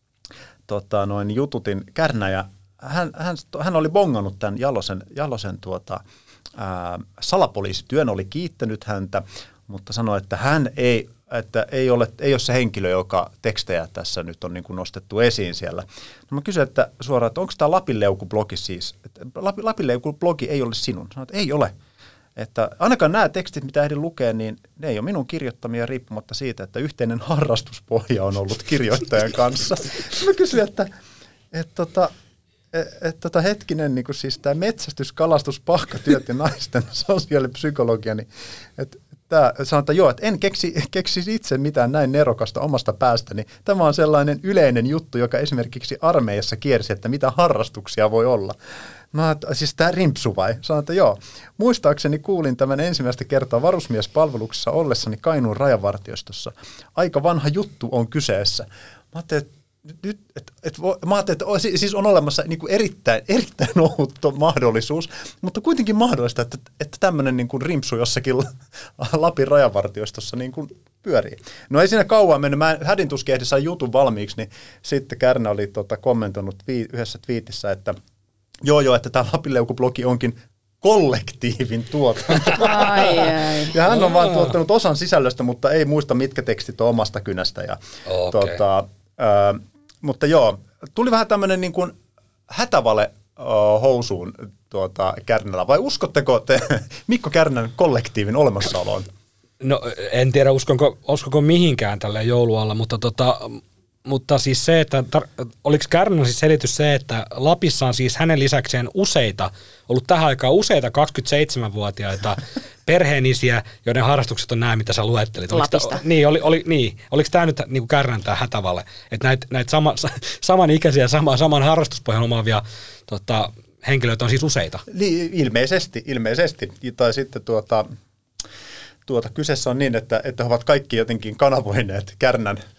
tota, noin jututin Kärnä ja Hän, hän, hän oli bongannut tämän Jalosen, Jalosen tuota, ää, salapoliisityön, oli kiittänyt häntä, mutta sanoi, että hän ei, että ei, ole, ei ole se henkilö, joka tekstejä tässä nyt on niin kuin nostettu esiin siellä. No mä kysyin, että suoraan, että onko tämä Lapinleuku-blogi siis, että Lapinleuku-blogi ei ole sinun? Sanoin, että ei ole. Että ainakaan nämä tekstit, mitä ehdin lukea, niin ne ei ole minun kirjoittamia riippumatta siitä, että yhteinen harrastuspohja on ollut kirjoittajan kanssa. Mä kysyin, että, että tota, että tota hetkinen, niin kuin siis tämä metsästys, kalastus, pahkatyöt ja naisten sosiaalipsykologia, niin että tämä sanotaan, että joo, että en keksi, keksisi itse mitään näin nerokasta omasta päästäni. Tämä on sellainen yleinen juttu, joka esimerkiksi armeijassa kiersi, että mitä harrastuksia voi olla. Mä, siis tämä rimpsu vai? Sanoin, että joo. Muistaakseni kuulin tämän ensimmäistä kertaa varusmiespalveluksessa ollessani Kainuun rajavartiostossa. Aika vanha juttu on kyseessä. Mä ajattelin, että Nyt, et, et, mä ajattelin, että siis on olemassa niin kuin erittäin, erittäin ohutto mahdollisuus, mutta kuitenkin mahdollista, että, että tämmöinen niin kuin rimpsu jossakin Lapin rajavartiostossa niin kuin pyörii. No ei siinä kauan mennyt. Mä hädintuskin ehdin sain jutun valmiiksi, niin sitten Kärnä oli tota, kommentoinut vi, yhdessä twiitissä, että joo joo, että tämä Lapinleuku-blogi onkin kollektiivin tuotanto. Ai, ai. Ja hän on vaan tuottanut osan sisällöstä, mutta ei muista, mitkä tekstit on omasta kynästä. Ja, okay. tota, äh, Mutta joo, tuli vähän tämmöinen niin kuin hätävale uh, housuun tuota, Kärnällä. Vai uskotteko te Mikko Kärnän kollektiivin olemassaoloon? No en tiedä, uskonko, uskonko mihinkään tällä joulualla, mutta, tota, mutta siis se, että tar- oliko Kärnän siis selitys se, että Lapissa on siis hänen lisäkseen useita, ollut tähän aikaan useita kaksikymmentäseitsemänvuotiaita perheenisiä, joiden harrastukset on nämä, mitä sä luettelit. Lapista. Tää, niin, oli, oli, niin, oliko tämä nyt niin kuin Kärnän tämä hätävalle, että näitä näit sama, samanikäisiä, sama, saman harrastuspohjan omaavia tota, henkilöitä on siis useita? Ilmeisesti, ilmeisesti. Tai sitten tuota, tuota, kyseessä on niin, että, että he ovat kaikki jotenkin kanavoineet Kärnän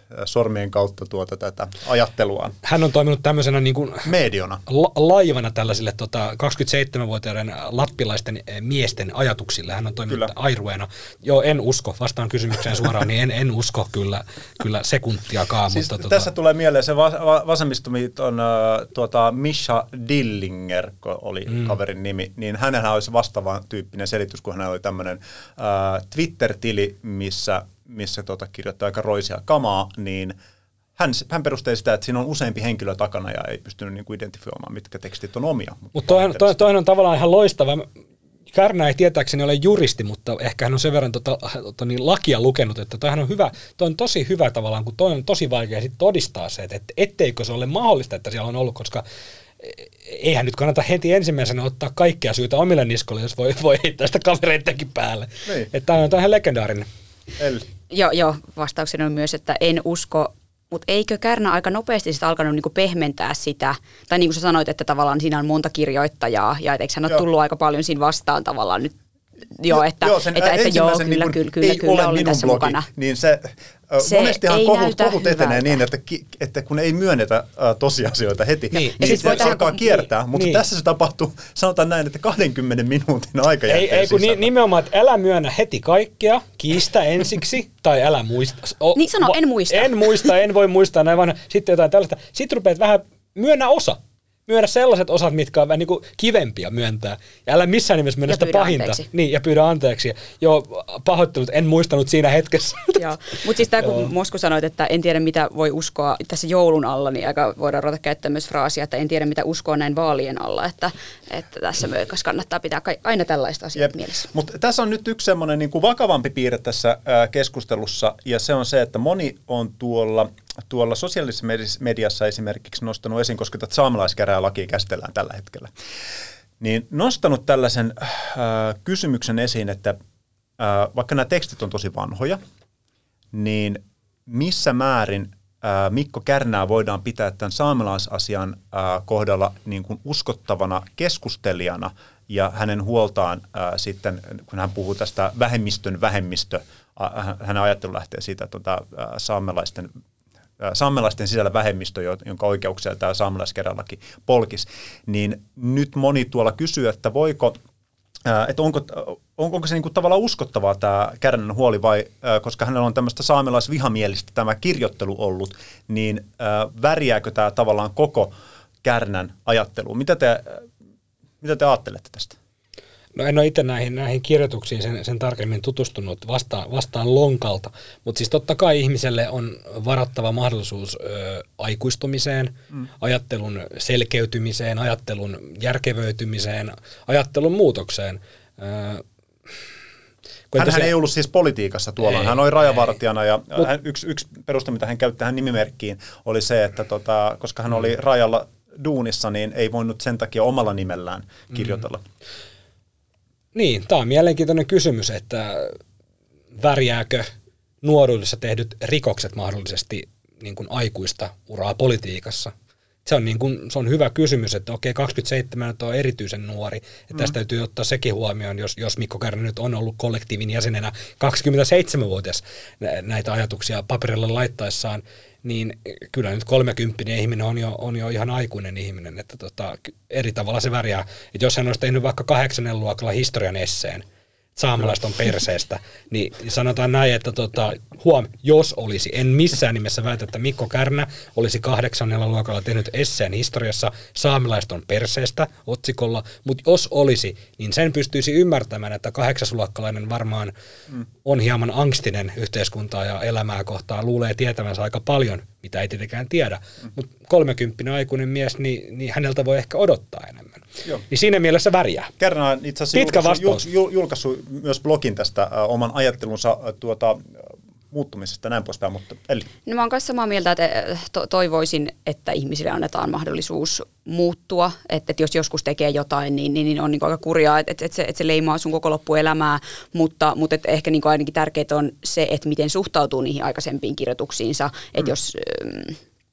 sormien kautta tuota tätä ajatteluaan. Hän on toiminut tämmöisenä niin kuin mediona. La- laivana tällaisille tota, kaksikymmentäseitsemänvuotiaiden lappilaisten miesten ajatuksille. Hän on toiminut kyllä. airueena. Joo, en usko. Vastaan kysymykseen suoraan, niin en, en usko kyllä, kyllä sekuntiakaan. Siis mutta, tässä tota... tulee mieleen se va- va- vasemmistomiiton uh, tuota, Misha Dillinger, kun oli mm. kaverin nimi, niin hänellä olisi vastaavan tyyppinen selitys, kun hänellä oli tämmöinen uh, Twitter-tili, missä missä tota, kirjoittaa aika roisia kamaa, niin hän, hän perusteli sitä, että siinä on useampi henkilö takana ja ei pystynyt niinku identifioimaan, mitkä tekstit on omia. Mutta toihan toi, toi on tavallaan ihan loistava. Kärnä ei tietääkseni ole juristi, mutta ehkä hän on sen verran tota, tota, niin lakia lukenut, että toihan on hyvä, toi on tosi hyvä tavallaan, kun toi on tosi vaikea sit todistaa se, että etteikö se ole mahdollista, että siellä on ollut, koska eihän nyt kannata heti ensimmäisenä ottaa kaikkea syytä omille niskoille, jos voi, voi heittää sitä kavereidenkin päälle. Niin. Että tämä on ihan legendaarinen. Eli. Joo, jo, vastauksena on myös, että en usko, mutta eikö Kärnä aika nopeasti sitä alkanut niinku pehmentää sitä, tai niin kuin sä sanoit, että tavallaan siinä on monta kirjoittajaa, ja eikö hän ole tullut aika paljon siinä vastaan tavallaan nyt, joo, että, joo, että, että joo, kyllä, niin kyllä, kyllä, kyllä oli tässä blogi, mukana. Niin se, se monestihan kohut, kohut etenee niin, että, että kun ei myönnetä äh, tosiasioita heti, niin, niin, niin se alkaa kun, kiertää, niin, mutta niin. Tässä se tapahtuu, sanotaan näin, että kahdenkymmenen minuutin aikajänteen. Ei, ei kun ni, nimenomaan, että älä myönnä heti kaikkea, kiistä ensiksi, tai älä muista. O, niin sano, en muista. En muista, en voi muistaa, näin vaan sitten jotain tällaista. Sitten rupeat vähän, myönnä osa. Myönnä sellaiset osat, mitkä on vähän niin kuin kivempia myöntää. Ja älä missään nimessä myönnä sitä pahinta. Anteeksi. Niin, ja pyydä anteeksi. Joo, pahoittelut, en muistanut siinä hetkessä. Joo, mutta siis tämä kun Mosku sanoit, että en tiedä mitä voi uskoa tässä joulun alla, niin aika voidaan ruveta käyttää myös fraasia, että en tiedä mitä uskoa näin vaalien alla. Että, että tässä myös kannattaa pitää aina tällaista asiaa mielessä. Mutta tässä on nyt yksi semmoinen niin kuin vakavampi piirre tässä ää, keskustelussa, ja se on se, että moni on tuolla... tuolla sosiaalisessa mediassa esimerkiksi nostanut esiin, koska tätä saamelaiskäräjälakia käsitellään tällä hetkellä, niin nostanut tällaisen äh, kysymyksen esiin, että äh, vaikka nämä tekstit on tosi vanhoja, niin missä määrin äh, Mikko Kärnää voidaan pitää tämän saamelaisasian äh, kohdalla niin kuin uskottavana keskustelijana ja hänen huoltaan äh, sitten, kun hän puhuu tästä vähemmistön vähemmistö, äh, hänen ajattelu lähtee siitä tuota, äh, saamelaisten saamelaisten sisällä vähemmistö, jonka oikeuksia tämä saamelaiskäräjälaki polkisi, niin nyt moni tuolla kysyy, että voiko, että onko, onko se niin kuin tavallaan uskottavaa tämä Kärnän huoli vai, koska hänellä on tämmöistä saamelaisvihamielistä tämä kirjoittelu ollut, niin värjääkö tämä tavallaan koko Kärnän ajatteluun? Mitä te, mitä te ajattelette tästä? No en ole itse näihin, näihin kirjoituksiin sen, sen tarkemmin tutustunut vastaan, vastaan lonkalta, mutta siis totta kai ihmiselle on varattava mahdollisuus ö, aikuistumiseen, mm. ajattelun selkeytymiseen, ajattelun järkevöitymiseen, ajattelun muutokseen. Hän se... ei ollut siis politiikassa tuolla, ei, hän oli rajavartijana ja Mut... hän, yksi, yksi peruste, mitä hän käytti tähän nimimerkkiin, oli se, että tota, koska hän oli rajalla duunissa, niin ei voinut sen takia omalla nimellään kirjoitella. Mm. Niin, tämä on mielenkiintoinen kysymys, että värjääkö nuoruudessa tehdyt rikokset mahdollisesti niin kuin aikuista uraa politiikassa? Se on, niin kuin, se on hyvä kysymys, että okei, kaksikymmentäseitsemän on erityisen nuori, ja tästä mm. täytyy ottaa sekin huomioon, jos, jos Mikko Kärnä nyt on ollut kollektiivin jäsenenä kaksikymmentäseitsemänvuotias näitä ajatuksia paperilla laittaessaan, niin kyllä nyt kolmekymppinen ihminen on jo, on jo ihan aikuinen ihminen, että tota, eri tavalla se värjää. Että jos hän olisi tehnyt vaikka kahdeksannen luokalla historian esseen, saamelaiset on perseestä, niin sanotaan näin, että tota, huom, jos olisi, en missään nimessä väitä, että Mikko Kärnä olisi kahdeksannella luokalla tehnyt esseen historiassa saamelaiset on perseestä otsikolla, mutta jos olisi, niin sen pystyisi ymmärtämään, että kahdeksasluokkalainen varmaan mm. on hieman angstinen yhteiskuntaa ja elämää kohtaan, luulee tietävänsä aika paljon, mitä ei tietenkään tiedä, mm. mutta kolmekymppinen aikuinen mies, niin, niin häneltä voi ehkä odottaa enemmän. Joo. Niin siinä mielessä värjää. Kärnä on itse asiassa julkaissut, jul, julkaissut myös blogin tästä äh, oman ajattelunsa äh, tuota, muuttumisesta näin poispäin, mutta Elli. No mä oon kanssa samaa mieltä, että to- toivoisin, että ihmisille annetaan mahdollisuus muuttua, että, että jos joskus tekee jotain, niin, niin, niin on niin aika kurjaa, että, että, että, se, että se leimaa sun koko loppuelämää, mutta, mutta että ehkä niin ainakin tärkeää on se, että miten suhtautuu niihin aikaisempiin kirjoituksiinsa, että mm. jos... Ähm,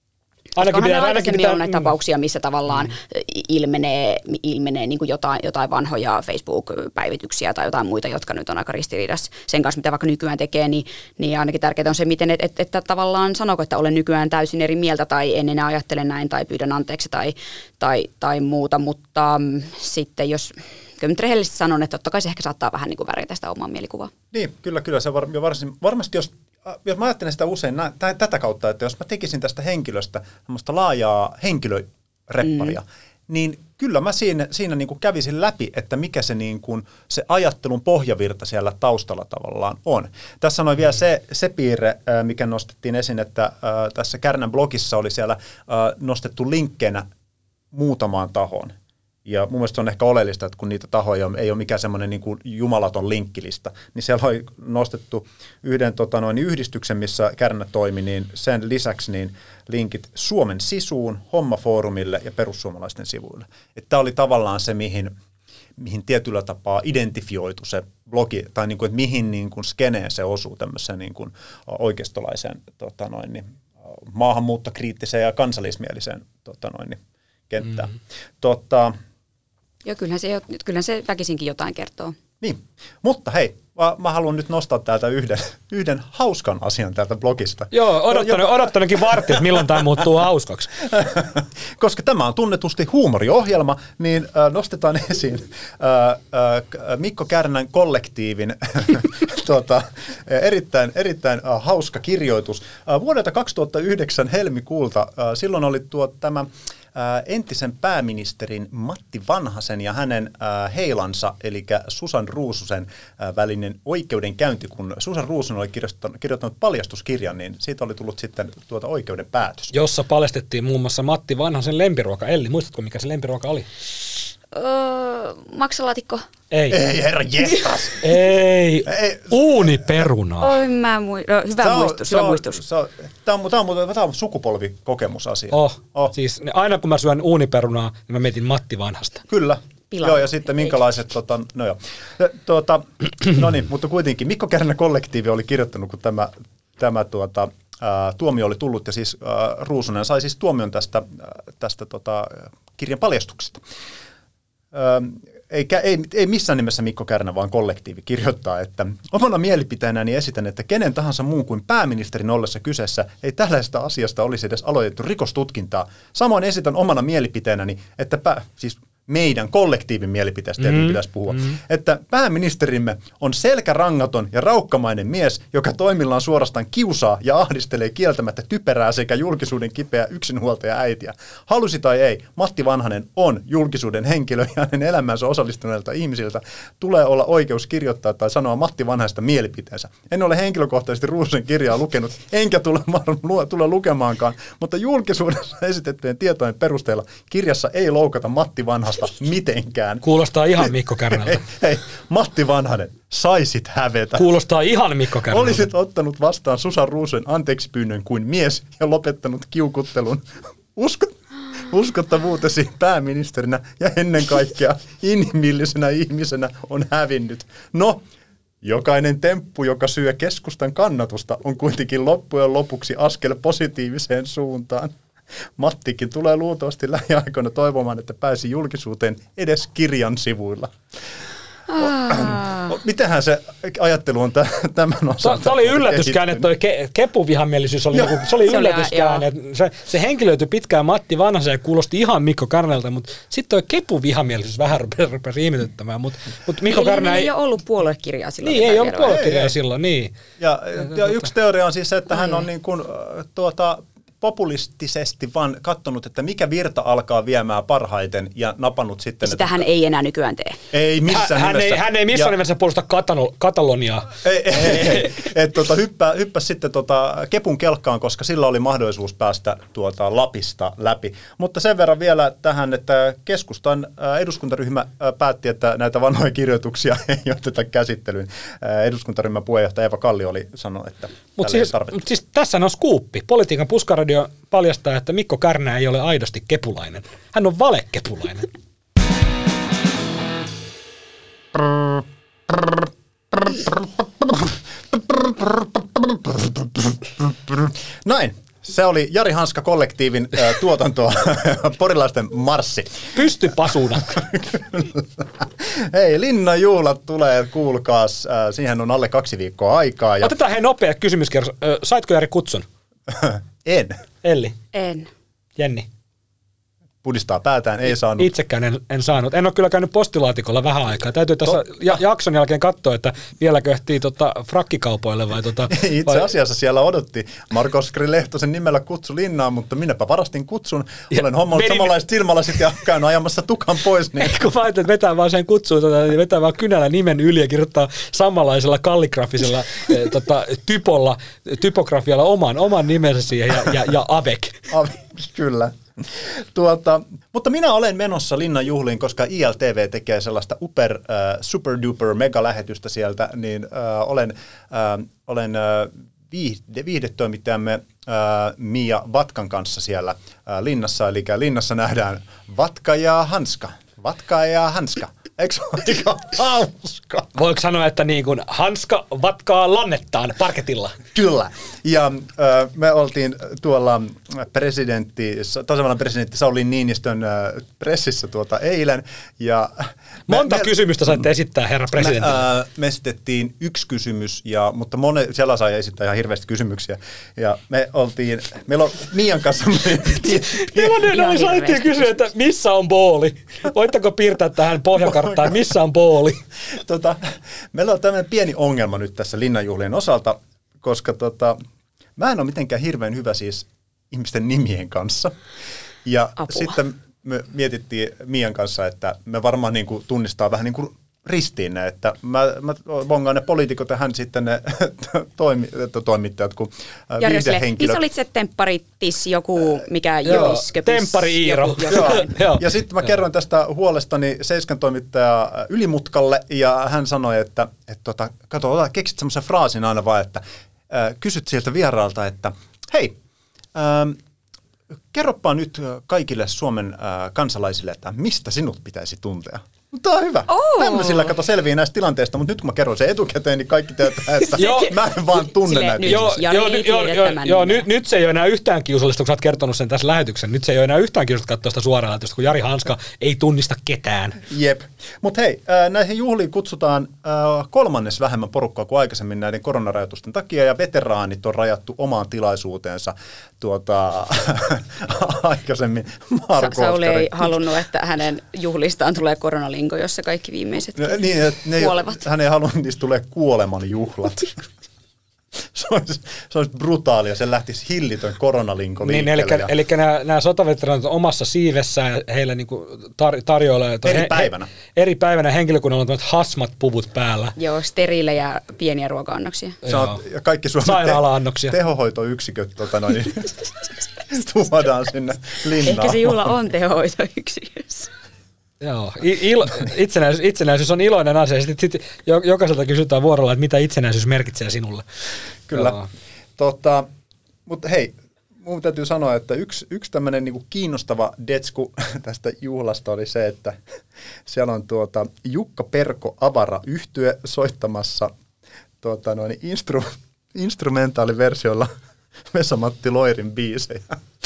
Koska onhan ne pitää, aikaisemmin pitää, ollut näitä mm. tapauksia, missä tavallaan mm. ilmenee, ilmenee niin kuin jotain, jotain vanhoja Facebook-päivityksiä tai jotain muita, jotka nyt on aika ristiriidassa sen kanssa, mitä vaikka nykyään tekee, niin, niin ainakin tärkeää on se, miten, että et, et, tavallaan sanooko, että olen nykyään täysin eri mieltä tai en enää ajattele näin tai pyydän anteeksi tai, tai, tai muuta, mutta mm, sitten jos... Kyllä nyt rehellisesti sanon, että totta kai se ehkä saattaa vähän niin kuin värjätä sitä omaa mielikuvaa. Niin, kyllä, kyllä. Se var, varsin, varmasti, jos, jos mä ajattelen sitä usein nä, tä, tätä kautta, että jos mä tekisin tästä henkilöstä semmoista laajaa henkilörepparia, mm. niin kyllä mä siinä, siinä niin kuin kävisin läpi, että mikä se, niin kuin, se ajattelun pohjavirta siellä taustalla tavallaan on. Tässä on vielä se, se piirre, mikä nostettiin esiin, että äh, tässä Kärnän blogissa oli siellä äh, nostettu linkkeinä muutamaan tahoon. Ja mun mielestä se on ehkä oleellista, että kun niitä tahoja ei ole mikään semmoinen niin kuin jumalaton linkkilista, niin siellä on nostettu yhden tota noin, yhdistyksen, missä Kärnä toimi, niin sen lisäksi niin linkit Suomen Sisuun, Hommafoorumille ja perussuomalaisten sivuille. Tämä oli tavallaan se, mihin, mihin tietyllä tapaa identifioitu se blogi, tai niin kuin, että mihin niin kuin skeneen se osuu tämmöiseen niin kuin oikeistolaiseen tota noin, niin, maahanmuuttokriittiseen ja kansallismieliseen tota noin, niin, kenttään. Mm-hmm. Tota, Joo, kyllähän se, kyllähän se väkisinkin jotain kertoo. Niin, mutta hei, mä, mä haluan nyt nostaa täältä yhden, yhden hauskan asian täältä blogista. Joo, odottanut, odottanutkin vartti, että milloin tämä muuttuu hauskaksi. Koska tämä on tunnetusti huumoriohjelma, niin äh, nostetaan esiin äh, äh, Mikko Kärnän kollektiivin tuota, erittäin, erittäin äh, hauska kirjoitus. Äh, vuodelta kaksituhattayhdeksän helmikuulta, äh, silloin oli tuo tämä entisen pääministerin Matti Vanhasen ja hänen heilansa, eli Susan Ruususen välinen oikeudenkäynti, kun Susan Ruusunen oli kirjoittanut, kirjoittanut paljastuskirjan, niin siitä oli tullut sitten tuota oikeuden päätös. Jossa paljastettiin muun muassa Matti Vanhasen lempiruoka. Elli, muistatko mikä se lempiruoka oli? Öö, maksalaatikko. Ei. Ei, herra jestas. Ei, uuniperunaa. Oi, mä mui- no, hyvä Tämä on- muistus, se hyvä on- muistus. se on- Tämä on, tämä on, tämä on sukupolvikokemusasia. Oh, Oh. siis aina kun mä syön uuniperunaa, niin mä mietin Matti Vanhasta. Kyllä. Pilaa. Joo, ja sitten minkälaiset, tota, no joo. Tuota, no niin, mutta kuitenkin Mikko Kärnän kollektiivi oli kirjoittanut, kun tämä, tämä tuota, ää, tuomio oli tullut, ja siis ää, Ruusunen sai siis tuomion tästä, ää, tästä tota, kirjan paljastuksesta. Ää, Ei, ei, ei missään nimessä Mikko Kärnä, vaan kollektiivi kirjoittaa, että omana mielipiteenäni esitän, että kenen tahansa muun kuin pääministerin ollessa kyseessä ei tällaista asiasta olisi edes aloitettu rikostutkintaa. Samoin esitän omana mielipiteenäni, että pää, siis meidän kollektiivin mielipiteestä mm, pitäisi puhua, mm. että pääministerimme on selkärangaton ja raukkamainen mies, joka toimillaan suorastaan kiusaa ja ahdistelee kieltämättä typerää sekä julkisuuden kipeä yksinhuoltaja äitiä. Halusi tai ei, Matti Vanhanen on julkisuuden henkilö ja hänen elämänsä osallistuneilta ihmisiltä tulee olla oikeus kirjoittaa tai sanoa Matti Vanhasta mielipiteensä. En ole henkilökohtaisesti Ruususen kirjaa lukenut, enkä tule, tule lukemaankaan, mutta julkisuudessa esitettyjen tietojen perusteella kirjassa ei loukata Matti Vanhasta mitenkään. Kuulostaa ihan Mikko Kärnältä. Hei, hei, Matti Vanhanen, saisit hävetä. Kuulostaa ihan Mikko Kärnältä. Olisit ottanut vastaan Susan Ruususen anteeksipyynnön kuin mies ja lopettanut kiukuttelun. Usko, uskottavuutesi pääministerinä ja ennen kaikkea inhimillisenä ihmisenä on hävinnyt. No, jokainen temppu, joka syö keskustan kannatusta, on kuitenkin loppujen lopuksi askel positiiviseen suuntaan. Mattikin tulee luultavasti lähiaikoina toivomaan, että pääsi julkisuuteen edes kirjan sivuilla. Ah. Mitähän se ajattelu on tämän osalta? Se oli yllätyskäänne, toi ke, kepuvihamielisyys oli, joku, se oli Se oli, yllätyskäänne. Se, se henkilöityi pitkään Matti Vanhasen ja kuulosti ihan Mikko Kärnältä, mutta sitten toi kepuvihamielisyys vähän rupesi, rupesi ihmetyttämään. Mutta mut Mikko Eli Kärnä ei, ei ole ollut puoluekirjaa silloin. Niin, ei ollut puolue. puoluekirjaa silloin, niin. Ja, ja yksi teoria on siis se, että hän on niin kuin, tuota, populistisesti vaan katsonut, että mikä virta alkaa viemään parhaiten ja napannut sitten... Sitä hän ei enää nykyään tee. Ei missään hän, nimessä. ei, hän ei missään ja, nimessä puolusta Katano, Kataloniaa. Ei, ei, ei, ei. Et, tota, hyppää, hyppäsi sitten tota, kepun kelkkaan, koska sillä oli mahdollisuus päästä tuota, Lapista läpi. Mutta sen verran vielä tähän, että keskustan eduskuntaryhmä päätti, että näitä vanhoja kirjoituksia ei oteta käsittelyyn. Eduskuntaryhmän puheenjohtaja Eeva Kalli oli sanonut, että Mutta siis, mut siis tässä on skuuppi. Politiikan puskaradio paljastaa, että Mikko Kärnä ei ole aidosti kepulainen. Hän on valekepulainen. Näin. Se oli Jari Hanska-kollektiivin äh, tuotantoa, porilaisten marssi. Pysty pasuna. Hei, Linnanjuhlat tulee, kuulkaas. Äh, siihen on alle kaksi viikkoa aikaa. Ja... Otetaan hei nopea kysymyskierros. Saitko Jari kutsun? En. Elli? En. Jenni? Pudistaa päätään, ei saanut. Itsekään en, en saanut. En ole kyllä käynyt postilaatikolla vähän aikaa. Täytyy tässä to, ja, jakson jälkeen katsoa, että vieläkö ehtii tota, frakkikaupoille vai... Tota, Itse vai... asiassa siellä odotti Marko Oskari Lehtosen nimellä kutsu Linnaan, mutta minäpä varastin kutsun. Olen hommannut menin... samanlaiset silmälasit ja käynyt ajamassa tukan pois. Niin. Kun mä ajattelin, että vetää vaan sen kutsuun, tota, vetää vaan kynällä nimen yli ja kirjoittaa samanlaisella kalligrafisella eh, tota, typolla, typografialla oman, oman nimensä siihen ja, ja, ja avec. Avec, kyllä. Tuota, mutta minä olen menossa Linnan juhliin, koska I L T V tekee sellaista uper, äh, super duper mega lähetystä sieltä, niin äh, olen, äh, olen äh, viihde, viihdetoimittajamme äh, Mia Vatkan kanssa siellä äh, Linnassa, eli Linnassa nähdään Vatka ja Hanska. Vatka ja Hanska. Eikö se ole aika hauska? Voiko sanoa, että niin kuin Hanska vatkaa lannettaan parketilla? Kyllä. Ja äh, me oltiin tuolla presidentti, tasavallan presidentti Sauli Niinistön äh, pressissä tuota eilen. Ja Monta me, kysymystä saitte esittää, herra presidentille? Me, äh, me esitettiin yksi kysymys, ja, mutta mone, siellä sai esittää ihan hirveästi kysymyksiä. Ja me oltiin, meillä on Mian kanssa... Millainen oli saatiin kysyä, että missä on booli? Voitteko piirtää tähän pohjakarttaan, missä on booli? Tota, meillä on tämmöinen pieni ongelma nyt tässä Linnanjuhlien osalta, koska tota, mä en ole mitenkään hirveän hyvä siis ihmisten nimien kanssa. Ja Apua. Sitten me mietittiin Mian kanssa, että me varmaan niin kuin tunnistaa vähän niin kuin ristiin ne, että mä, mä vongaan ne poliitikot ja hän sitten ne toimi, toimittajat, kun viihdehenkilöt. Missä olit se tempparittis, joku, mikä jyrisköpis? Temppari Iiro. Joo. Ja sitten mä kerroin tästä huolestani Seiskan toimittaja Ylimutkalle, ja hän sanoi, että, että tota, kato, keksit semmoisen fraasin aina vaan, että äh, kysyt sieltä vieraalta, että hei, ähm, kerropa nyt kaikille Suomen äh, kansalaisille, että mistä sinut pitäisi tuntea. Tämä on hyvä. Oh. Tämmöisillä kato selviää näistä tilanteista, mutta nyt kun mä kerron sen etukäteen, niin kaikki tietää, että mä en vaan tunne Sille, näitä. nyt, Joo, Jari joo, ei joo, tiedä joo, tämän joo nimeä. nyt, nyt se ei ole enää yhtään kiusallista, kun sä oot kertonut sen tässä lähetyksen. Nyt se ei ole enää yhtään kiusallista katsoa sitä suoraan lähetystä, kun Jari Hanska ei tunnista ketään. Jep. Mutta hei, näihin juhliin kutsutaan kolmannes vähemmän porukkaa kuin aikaisemmin näiden koronarajoitusten takia, ja veteraanit on rajattu omaan tilaisuuteensa tuota, aikaisemmin. Marko Sauli ei Oskari. halunnut, että hänen juhlistaan tulee koronalinko, jossa kaikki viimeiset No, niin, että ne kuolevat. Hän ei halunnut, niistä tulee kuoleman juhlat. se, olisi, se olisi brutaalia, se lähtisi hillitön koronalinko Niin, liikkeelle. eli, ja... eli nämä, nämä sotaveteraanit on omassa siivessään, heillä niinku tar, tarjoilee... Eri he, päivänä. He, eri päivänä henkilökunnalla on tämmöiset hasmat-puvut päällä. Joo, steriilejä pieniä ruoka-annoksia. Saat, ja kaikki Suomen Sairaala-annoksia. te, tehohoitoyksiköt tota noin, tuodaan sinne linnaan. Ehkä se juhla on tehohoitoyksikössä. Joo, il, itsenäisyys, itsenäisyys on iloinen asia. Sitten sit jokaiselta kysytään vuorolla, että mitä itsenäisyys merkitsee sinulle. Kyllä. Joo. Tota, mutta hei, mun täytyy sanoa, että yksi, yksi tämmöinen niinku kiinnostava detsku tästä juhlasta oli se, että siellä on tuota Jukka Perko Avara -yhtye soittamassa tuota noin instru, instrumentaaliversiolla Vesa-Matti Loirin biisejä.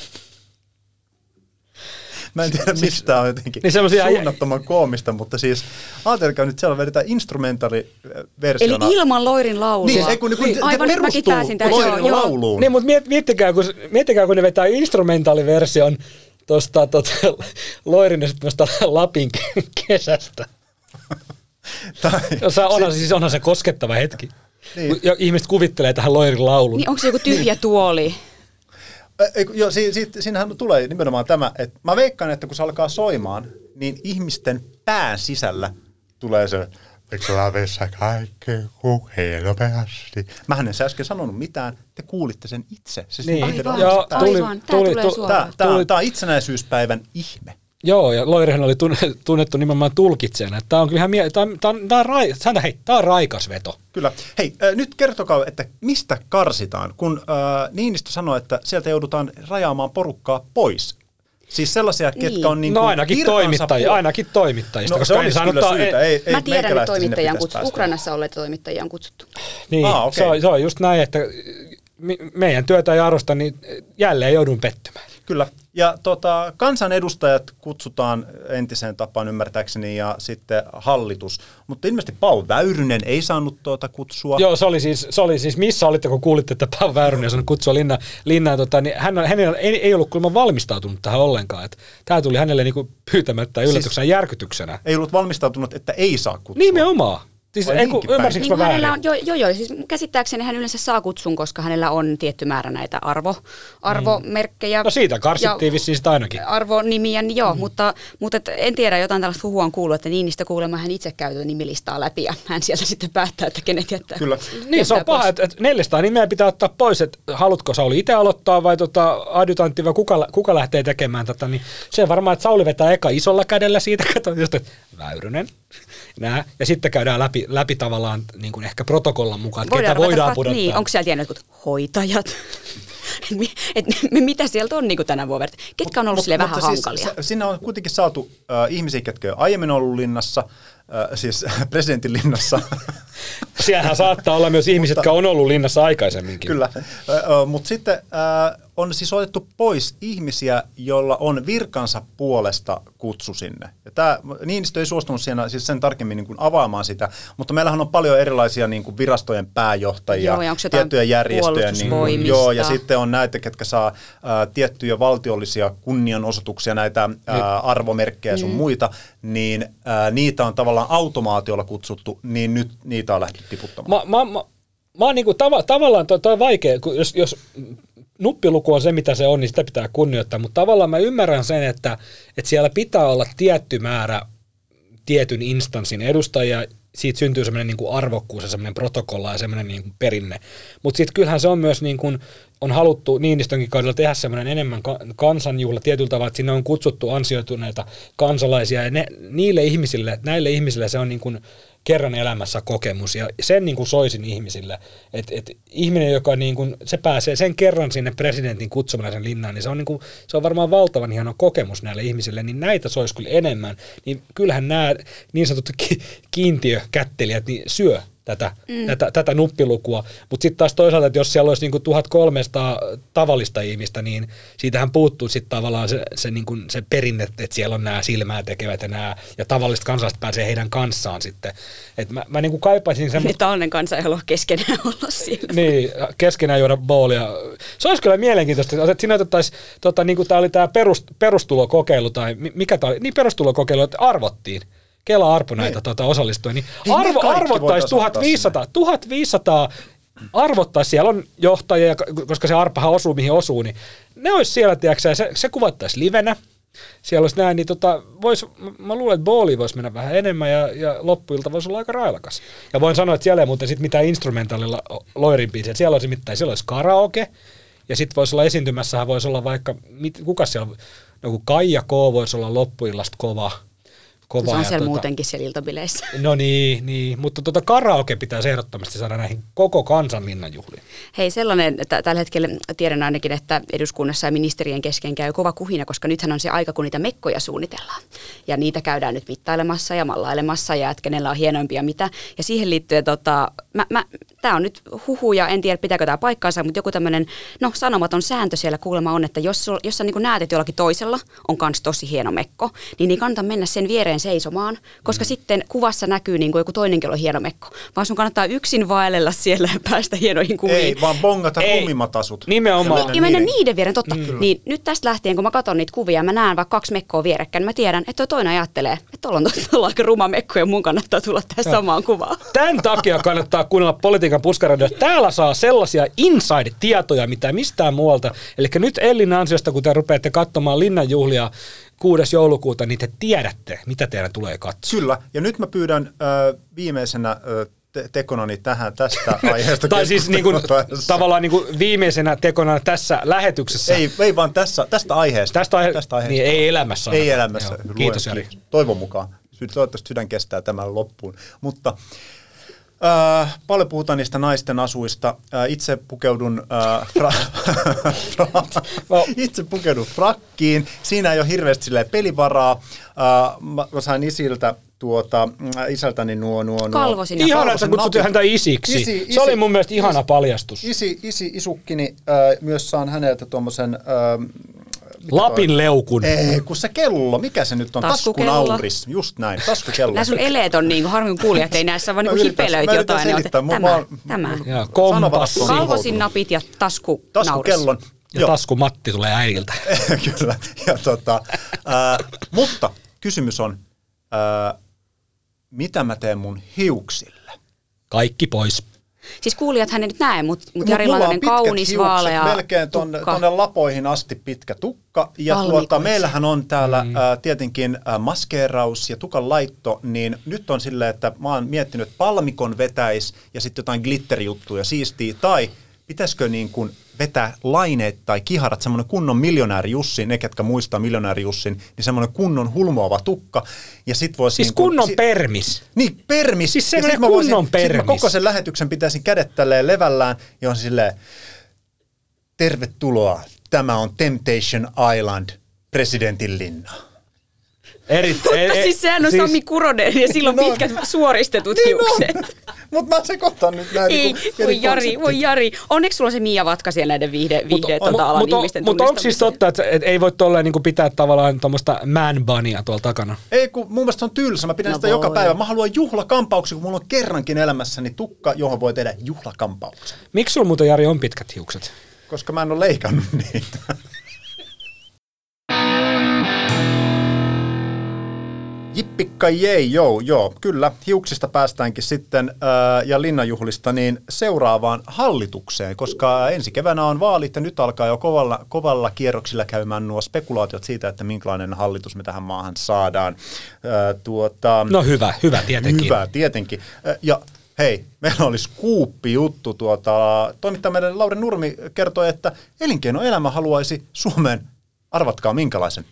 Mä en tiedä, mistä tämä on jotenkin niin suunnattoman koomista, mutta siis ajatelkaa nyt, siellä vedetään instrumentaaliversiona. Eli ilman Loirin laulua. Niin, ei kun, niin, kun Aivan, se mäkin perustuu pääsin tähän. Loirin Joo, lauluun. Niin, mutta miet, miettikää, kun, miettikää, kun ne vetää instrumentaaliversion tuosta tota, Loirin ja sitten Lapin kesästä. Tai, Osa, onhan, siis onhan se koskettava hetki. Niin. Ja ihmiset kuvittelee tähän Loirin laulun. Niin onko se joku tyhjä tuoli? Ei, joo, si, si, siinähän tulee nimenomaan tämä, että mä veikkaan, että kun se alkaa soimaan, niin ihmisten pään sisällä tulee se klavissa kaikki kuhii nopeasti. Mähän en sä äsken sanonut mitään, te kuulitte sen itse. Se Niin. Aivan, Joo, tuli- aivan. Tää tuli- tulee tu- suoraan. Tämä Tuli- on, tää on itsenäisyyspäivän ihme. Joo, ja Loirihan oli tunne- tunnettu nimenomaan tulkitsijana. Tämä on kyllä ihan mie- tää on, tää on, tää on, rai- sanotaan, hei, tää on raikas veto. Kyllä. Hei, äh, nyt kertokaa, että mistä karsitaan, kun äh, Niinistö sanoi, että sieltä joudutaan rajaamaan porukkaa pois. Siis sellaisia, Niin. ketkä on niin No kuin ainakin virkansa toimittajia, puol- ainakin toimittajista. No se koska en olisi saanut kyllä ta- syytä. Ei, ei Mä tiedän, että meikäläistä sinne toimittajia on pitäisi kutsuttu. päästä. Ukrainassa olleita toimittajia on kutsuttu. Niin, Ah, okei. se, on, se on just näin, että meidän työtä ei arvosta, niin jälleen joudun pettymään. Kyllä. Ja tota, kansanedustajat kutsutaan entiseen tapaan ymmärtääkseni ja sitten hallitus. Mutta ilmeisesti Paavo Väyrynen ei saanut tuota kutsua. Joo, se oli siis, se oli siis missä olitte, kun kuulitte, että Paavo Väyrynen saanut kutsua Linna, Linnaan. Tota, niin hän, hän ei, ei ollut kuulemma valmistautunut tähän ollenkaan. Tämä tuli hänelle niinku pyytämättä yllätyksenä siis järkytyksenä. Ei ollut valmistautunut, että ei saa kutsua. Nimenomaan. Siis, ei, ymmärsinkö niin mä hänellä väärin? on, joo, joo, siis käsittääkseni hän yleensä saa kutsun, koska hänellä on tietty määrä näitä arvo, arvomerkkejä. No siitä karsittiin vissiin sitä ainakin. Arvonimiä, niin joo, mm. mutta, mutta et, en tiedä, jotain tällaista huhua on kuullut, että Niinistö kuulemma hän itse käy tuota nimilistaa läpi ja hän sieltä sitten päättää, että kenet jättää. Kyllä. Niin se on paha, että et neljäsataa nimeä pitää ottaa pois, että haluatko Sauli itse aloittaa vai tota, adjutantti vai kuka, kuka lähtee tekemään tätä, niin se on varmaan, että Sauli vetää eka isolla kädellä siitä, kato just, että Väyrynen. Nää. Ja sitten käydään läpi, läpi tavallaan niin kuin ehkä protokollan mukaan, että voidaan ketä voidaan vat, pudottaa. Niin, onko siellä tiennyt jotkut hoitajat? et, et, mitä sieltä on niin kuin tänä vuonna? Ketkä on ollut mut, sille vähän siis hankalia? Se, sinne on kuitenkin saatu äh, ihmisiä, ketkä on aiemmin ollut linnassa, äh, siis presidentin linnassa. Siellähän saattaa olla myös ihmiset, jotka on ollut linnassa aikaisemminkin. Kyllä, äh, mutta sitten äh, on siis otettu pois ihmisiä, joilla on virkansa puolesta kutsu sinne. Ja tämä, Niinistö ei suostunut siinä, siis sen tarkemmin niin kuin avaamaan sitä, mutta meillähän on paljon erilaisia niin kuin virastojen pääjohtajia, joo, tiettyjä järjestöjä. Niin, joo, ja sitten on näitä, ketkä saa ää, tiettyjä valtiollisia kunnianosoituksia, näitä ää, arvomerkkejä sun mm. muita, niin ää, niitä on tavallaan automaatiolla kutsuttu, niin nyt niitä on lähdetty tiputtamaan. Mä, mä, mä, mä oon niinku tava, tavallaan, toi, toi vaikea, jos, jos nuppiluku on se, mitä se on, niin sitä pitää kunnioittaa, mutta tavallaan mä ymmärrän sen, että, että siellä pitää olla tietty määrä tietyn instanssin edustajia, siitä syntyy semmoinen niin kuin arvokkuus ja semmoinen protokolla ja semmoinen niin kuin perinne. Mutta sitten kyllähän se on myös, niin kuin, on haluttu Niinistönkin kaudella tehdä semmoinen enemmän kansanjuhla tietyllä tavalla, että sinne on kutsuttu ansioituneita kansalaisia ja ne, niille ihmisille, näille ihmisille se on niin kuin kerran elämässä kokemus ja sen niin kuin soisin ihmisille, että et ihminen, joka niin kuin, se pääsee sen kerran sinne presidentin kutsumana sen linnaan, niin se on, niin kuin, se on varmaan valtavan hieno kokemus näille ihmisille, niin näitä soisi kyllä enemmän, niin kyllähän nämä niin sanotut ki- kiintiökättelijät niin syö tätä, mm. tätä, tätä nuppilukua, mutta sitten taas toisaalta, että jos siellä olisi niinku tuhatkolmesataa tavallista ihmistä, niin siitähän puuttuu sitten tavallaan se, se, niinku, se perinne, että siellä on nämä silmää tekevät ja nämä, ja tavalliset kansalaiset pääsee heidän kanssaan sitten. Et mä, mä niinku kaipaisin semmoista... Niin tavallinen kansa ei halua keskenään olla siellä. Niin, keskenään juoda boolia. Se olisi kyllä mielenkiintoista, että siinä otettaisiin, tota, niin kuin tämä oli tämä perust, perustulokokeilu, tai mikä tämä oli, niin perustulokokeilu, että arvottiin. Kela arpo näitä tuota, osallistui, niin arvo, arvottaisi tuhatviisisataa, tuhatviisisataa arvottaisi, siellä on johtajia, koska se arpahan osuu mihin osuu, niin ne olisi siellä, tiedätkö, ja se, se kuvattaisi livenä, siellä olisi näin, niin tota, vois, mä luulen, että booli voisi mennä vähän enemmän ja, ja loppuilta voisi olla aika railakas. Ja voin sanoa, että siellä ei muuten sit mitään instrumentaalilla loirin biisiä, siellä olisi mitään, siellä olisi karaoke, ja sitten voisi olla esiintymässähän, voisi olla vaikka, mit, kuka siellä, no kun Kaija K. voisi olla loppuillasta kova, Kova se on siellä tuota, muutenkin siellä iltabileissä. No niin, niin. Mutta tuota karaoke pitäisi ehdottomasti saada näihin koko kansan linnanjuhliin. Hei, sellainen, että tällä hetkellä tiedän ainakin, että eduskunnassa ja ministerien kesken käy kova kuhina, koska nythän on se aika, kun niitä mekkoja suunnitellaan. Ja niitä käydään nyt mittailemassa ja mallailemassa ja että kenellä on hienoimpia mitä. Ja siihen liittyen, tota, mä, mä, tämä on nyt huhu ja en tiedä pitääkö tämä paikkaansa, mutta joku tämmöinen, no sanomaton sääntö siellä kuulemma on, että jos, jos sä niin näet, että jollakin toisella on kans tosi hieno mekko, niin ei kannata mennä sen viereen seisomaan, koska mm. sitten kuvassa näkyy niin kuin joku toinenkin on hieno mekko. Vaan sun kannattaa yksin vaellella siellä ja päästä hienoihin kuviin. Ei, vaan bongata rumimmat asut. Nimenomaan. Ja mennä, ja mennä niiden. niiden viereen, totta. Mm. Niin nyt tästä lähtien, kun mä katson niitä kuvia, mä näen vaikka kaksi mekkoa vierekkäin, niin mä tiedän, että toi toinen ajattelee, että tuolla on, tuolla aika ruma mekko ja mun kannattaa tulla tähän samaan kuvaan. Tämän takia kannattaa kuunnella Politiikan Puskaradio. Täällä saa sellaisia inside-tietoja, mitä mistään muualta. Eli nyt Ellin ansiosta, kun te rupeatte katsomaan linnanjuhlia kuudes joulukuuta, niin te tiedätte, mitä teidän tulee katsoa. Kyllä, ja nyt mä pyydän äh, viimeisenä äh, te- tekonani tähän tästä aiheesta. Tai siis niin kuin, tavallaan niin kuin viimeisenä tekona tässä lähetyksessä. Ei, ei vaan tässä, tästä aiheesta. Tästä, aihe- tästä aiheesta. Niin, ei elämässä. Ei elämässä. Joo, kiitos Jari. Toivon mukaan. Toivottavasti sydän kestää tämän loppuun. Mutta Äh, paljon puhutaan niistä naisten asuista. Äh, itse pukeudun äh, fra- fra- itse pukeudun frakkiin. Siinä ei ole hirveästi pelivaraa. Äh, mä, mä sain isiltä tuota, isältäni nuo... nuo, nuo. Kalvosin. Ihana, että sä kutsut häntä isiksi. Isi, isi, se oli mun mielestä ihana isi, paljastus. Isi, isi isukkini äh, myös saan häneltä tuommoisen... Äh, Lapin toi? Leukun. Ei, kun se kello, mikä se nyt on? Taskunauris, just näin, taskukello. Nämä sun eleet on niin harmin kuulijat, ei näissä vaan niin hipelöit jotain. Selittää, tämä, mä, tämä. Ja kompassi. Kalvosin napit ja taskunauris. Taskukellon. Ja Joo. taskumatti tulee äidiltä. Kyllä, ja tota, äh, mutta kysymys on, äh, mitä mä teen mun hiuksille? Kaikki pois. Siis kuulijathan ei nyt näe, mutta mut Jarilla on kaunis, hiukset, vaalea melkein tonne, tonne lapoihin asti pitkä tukka. Ja tuota, meillähän on täällä mm. ä, tietenkin ä, maskeeraus ja tukan laitto, niin nyt on silleen, että mä oon miettinyt, että palmikon vetäis ja sitten jotain glitterijuttuja siistiä. Tai pitäisikö niin kuin vetää laineet tai kiharat, semmoinen kunnon miljonääri Jussi, ne ketkä muistaa miljonääri Jussin, niin semmoinen kunnon hulmoava tukka. Ja sit vois siis niin kun, kunnon si- permis. Niin, permis. Siis semmoinen kunnon voisin, permis. Sit mä koko sen lähetyksen pitäisin kädet tälleen levällään ja on silleen, tervetuloa, tämä on Temptation Island, presidentin linna. Eri, mutta e, siis sehän on siis, Sami Kuronen ja sillä on no, pitkät suoristetut niin hiukset. No. Mutta mä sekoitan nyt näin. Ei, niin voi Jari, voi Jari. Onneksi sulla on se Mia Vatka siellä näiden viihde, viihde mut, tota, alan mut, ihmisten Mutta onko siis totta, että et ei voi tolleen niinku pitää tavallaan tuommoista man bunya tuolla takana? Ei, kun mun mielestä se on tylsä. Mä pidän no sitä voi. joka päivä. Mä haluan juhlakampauksia, kun mulla on kerrankin elämässäni tukka, johon voi tehdä juhlakampauksen. Miksi sulla muuten, Jari, on pitkät hiukset? Koska mä en ole leikannut niitä. Jippikka jei, joo, joo, kyllä. Hiuksista päästäänkin sitten ää, ja linnanjuhlista niin seuraavaan hallitukseen, koska ensi keväänä on vaalit ja nyt alkaa jo kovalla, kovalla kierroksilla käymään nuo spekulaatiot siitä, että minkälainen hallitus me tähän maahan saadaan. Ää, tuota, no hyvä, hyvä tietenkin. Hyvä tietenkin. Ää, ja hei, meillä oli skuuppi juttu. Tuota, toimittaja meidän Lauri Nurmi kertoi, että elinkeinoelämä haluaisi Suomeen, arvatkaa minkälaisen,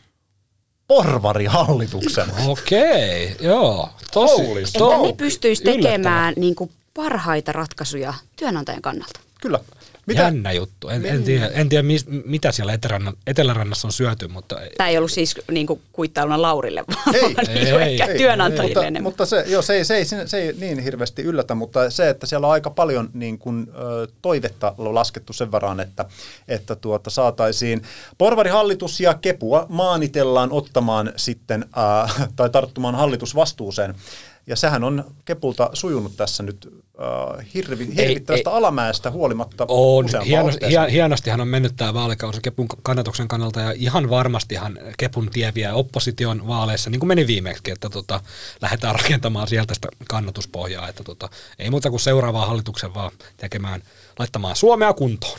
porvarihallituksen. Okei, joo. Tosi. Että ne pystyisi tekemään niin kuin parhaita ratkaisuja työnantajan kannalta. Kyllä. Mitä? Jännä juttu. En, en tiedä, en tiedä mis, mitä siellä Etelärannassa on syöty, mutta... Tämä ei ollut siis niin kuin kuittailuna Laurille, vaan ei, ei, ei, ehkä ei, työnantajille ei, enemmän. Mutta, mutta se, joo, se, ei, se, ei, se ei niin hirveästi yllätä, mutta se, että siellä on aika paljon niin kuin, toivetta laskettu sen varaan, että, että tuota, saataisiin porvarihallitus ja Kepua maanitellaan ottamaan sitten, äh, tai tarttumaan hallitusvastuuseen. Ja sehän on Kepulta sujunut tässä nyt äh, hirvi, hirvittävästä ei, alamäestä huolimatta. On, hienosti, hien, hienostihan on mennyt tämä vaalikausi Kepun kannatuksen kannalta, ja ihan varmastihan Kepun tie vie opposition vaaleissa, niin kuin meni viimeksi, että tota, lähdetään rakentamaan sieltä sitä kannatuspohjaa, että tota, ei muuta kuin seuraavaa hallituksen vaan tekemään, laittamaan Suomea kuntoon.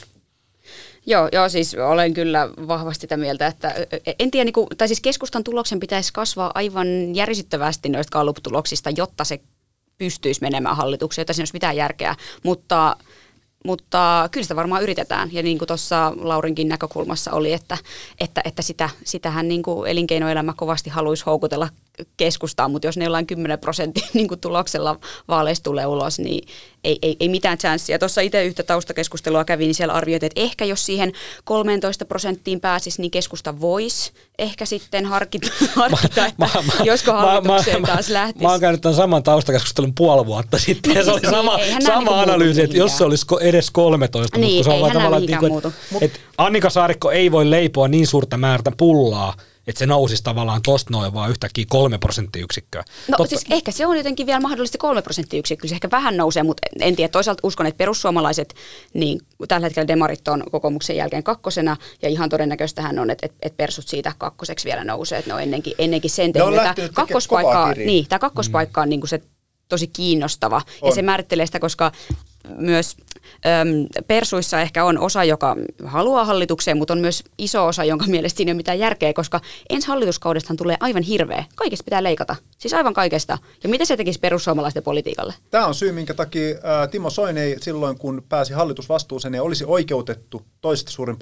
Joo, joo, siis olen kyllä vahvasti sitä mieltä, että en tiedä, niin kuin, tai siis keskustan tuloksen pitäisi kasvaa aivan järisyttävästi noista Gallup-tuloksista, jotta se pystyisi menemään hallitukseen, jotta siinä olisi mitään järkeä, mutta, mutta kyllä sitä varmaan yritetään. Ja niin kuin tuossa Laurinkin näkökulmassa oli, että, että, että sitä, sitähän niin kuin elinkeinoelämä kovasti haluaisi houkutella keskustaan, mutta jos ne jollain kymmenen prosentin niin kuin tuloksella vaaleista tulee ulos, niin ei, ei, ei mitään chanssia. Tuossa itse yhtä taustakeskustelua kävin, niin siellä arvioitiin, että ehkä jos siihen kolmetoista prosenttiin pääsisi, niin keskusta voisi ehkä sitten harkita, harkita että mä, mä, josko hallitukseen mä, taas lähtisi. Mä oon käynyt tämän saman taustakeskustelun puoli vuotta sitten, niin, ja se oli sama, sama niin analyysi, että jos se olisi edes kolmetoista, niin, mutta se on vaan tavallaan, niin että, että Annika Saarikko ei voi leipoa niin suurta määrää pullaa, että se nousisi tavallaan tosta noin vaan yhtäkkiä kolme prosenttiyksikköä. No Totta. siis ehkä se on jotenkin vielä mahdollisesti kolme prosenttiyksikköä, se ehkä vähän nousee, mutta en tiedä. Toisaalta uskon, että perussuomalaiset, niin tällä hetkellä demarit on kokoomuksen jälkeen kakkosena, ja ihan todennäköistähän on, että, että persut siitä kakkoseksi vielä nousee, että ne on ennenkin, ennenkin sen tehnyt. Tämä kakkospaikka, niin, tämä kakkospaikka on niin kuin se tosi kiinnostava, on. Ja se määrittelee sitä, koska myös äm, persuissa ehkä on osa, joka haluaa hallitukseen, mutta on myös iso osa, jonka mielestä siinä ei ole mitään järkeä, koska ensi hallituskaudestahan tulee aivan hirveä. Kaikesta pitää leikata. Siis aivan kaikesta. Ja mitä se tekisi perussuomalaisten politiikalle? Tämä on syy, minkä takia ä, Timo Soini silloin, kun pääsi hallitusvastuuseen, niin olisi oikeutettu toisesta suurimpana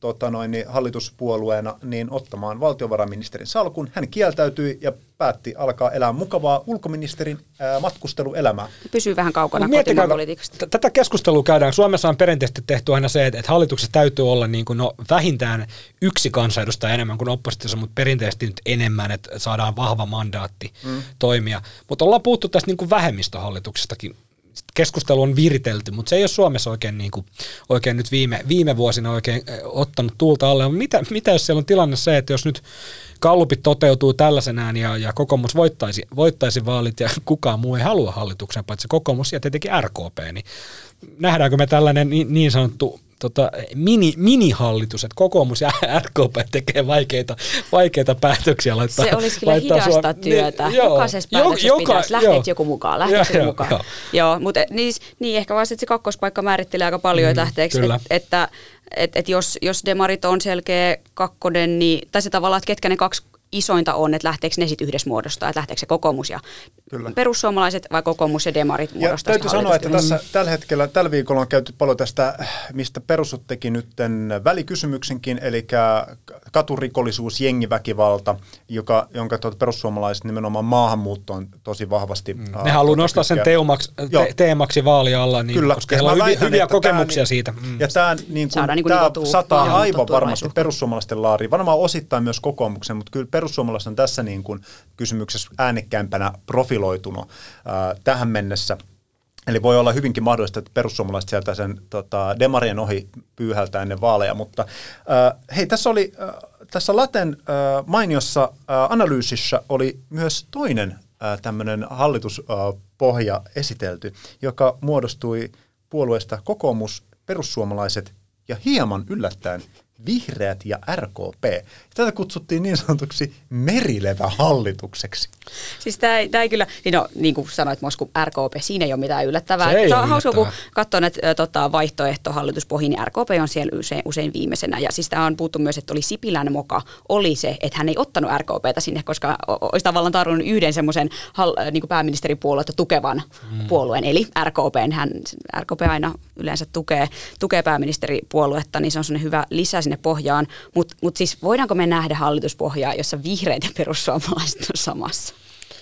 tota noin, niin hallituspuolueena niin ottamaan valtiovarainministerin salkun. Hän kieltäytyi ja päätti alkaa elää mukavaa ulkoministerin ää, matkusteluelämää. Pysyy vähän kaukana kotimaan politiikasta. Tätä keskustelua käydään. Suomessa on perinteisesti tehty aina se, että hallituksessa täytyy olla niin kuin, no, vähintään yksi kansanedustaja enemmän kuin oppositiossa, mutta perinteisesti nyt enemmän, että saadaan vahva mandaatti mm. toimia. Mutta ollaan puhuttu tästä niin kuin vähemmistöhallituksestakin. Keskustelu on viritelty, mutta se ei ole Suomessa oikein, niin kuin, oikein nyt viime, viime vuosina oikein ottanut tuulta alle. Mitä, mitä jos siellä on tilanne se, että jos nyt gallupit toteutuu tällaisenään ja, ja kokoomus voittaisi, voittaisi vaalit ja kukaan muu ei halua hallituksen, paitsi kokoomus ja tietenkin R K P, niin nähdäänkö me tällainen niin, niin sanottu tota, mini, minihallitus, että kokoomus ja R K P tekee vaikeita, vaikeita päätöksiä. Laittaa, se olisi kyllä hidasta työtä. Niin, Jokaisessa päätöksessä joka, pitäisi lähteä joku mukaan. Lähteekö joku mukaan? Joo, joo mutta niin, niin, ehkä vaan se kakkospaikka määrittelee aika paljon, mm, että lähteekö, et, että et, et jos, jos demarit on selkeä kakkonen, niin, tai se tavallaan, että ketkä ne kaksi isointa on, että lähteekö ne sitten yhdessä muodostaa, että lähteekö se kokoomus ja Kyllä. perussuomalaiset vai kokoomus ja demarit muodostaa. Täytyy sanoa, että tässä tällä hetkellä, tällä viikolla on käyty paljon tästä, mistä perusut teki nyt välikysymyksenkin, eli katurikollisuus, jengiväkivalta, joka, jonka tuota perussuomalaiset nimenomaan maahanmuuttoon tosi vahvasti. Mm. Ne haluaa nostaa sen teemaksi, te, teemaksi vaali alla, niin, Kyllä, koska heillä on hyviä, hyviä kokemuksia niin, siitä. Mm. Ja tämä niin niin sataa aivan varmasti perussuomalaisten laariin, varmaan osittain myös kokoomuksen, mutta kyllä perussuomalaiset on tässä niin kuin kysymyksessä äänekkäämpänä profiloitunut ää, tähän mennessä. Eli voi olla hyvinkin mahdollista, että perussuomalaiset sieltä sen tota, demarien ohi pyyhältää ennen vaaleja. Mutta ää, hei, tässä oli ää, tässä Laten ää, mainiossa ää, analyysissä oli myös toinen ää, tämmöinen hallituspohja esitelty, joka muodostui puolueesta kokoomus, perussuomalaiset ja hieman yllättäen vihreät ja R K P. Tätä kutsuttiin niin sanotuksi merilevähallitukseksi. Siis tämä ei, ei kyllä, niin, no, niin kuin sanoit Mosku, R K P, siinä ei ole mitään yllättävää. Se, se on hauska, kun katsoo näitä tota, vaihtoehtohallituspohjia, niin R K P on siellä usein, usein viimeisenä. Ja siis tämä on puhuttu myös, että oli Sipilän moka, oli se, että hän ei ottanut R K P:tä sinne, koska olisi tavallaan tarvinnut yhden semmoisen niin pääministeripuoluetta tukevan hmm. puolueen, eli R K P. Hän, R K P aina yleensä tukee, tukee pääministeripuoluetta, niin se on semmoinen hyvä lisä sinne pohjaan. Mutta mut siis voidaanko me nähdä hallituspohjaa, jossa vihreät ja perussuomalaiset on samassa?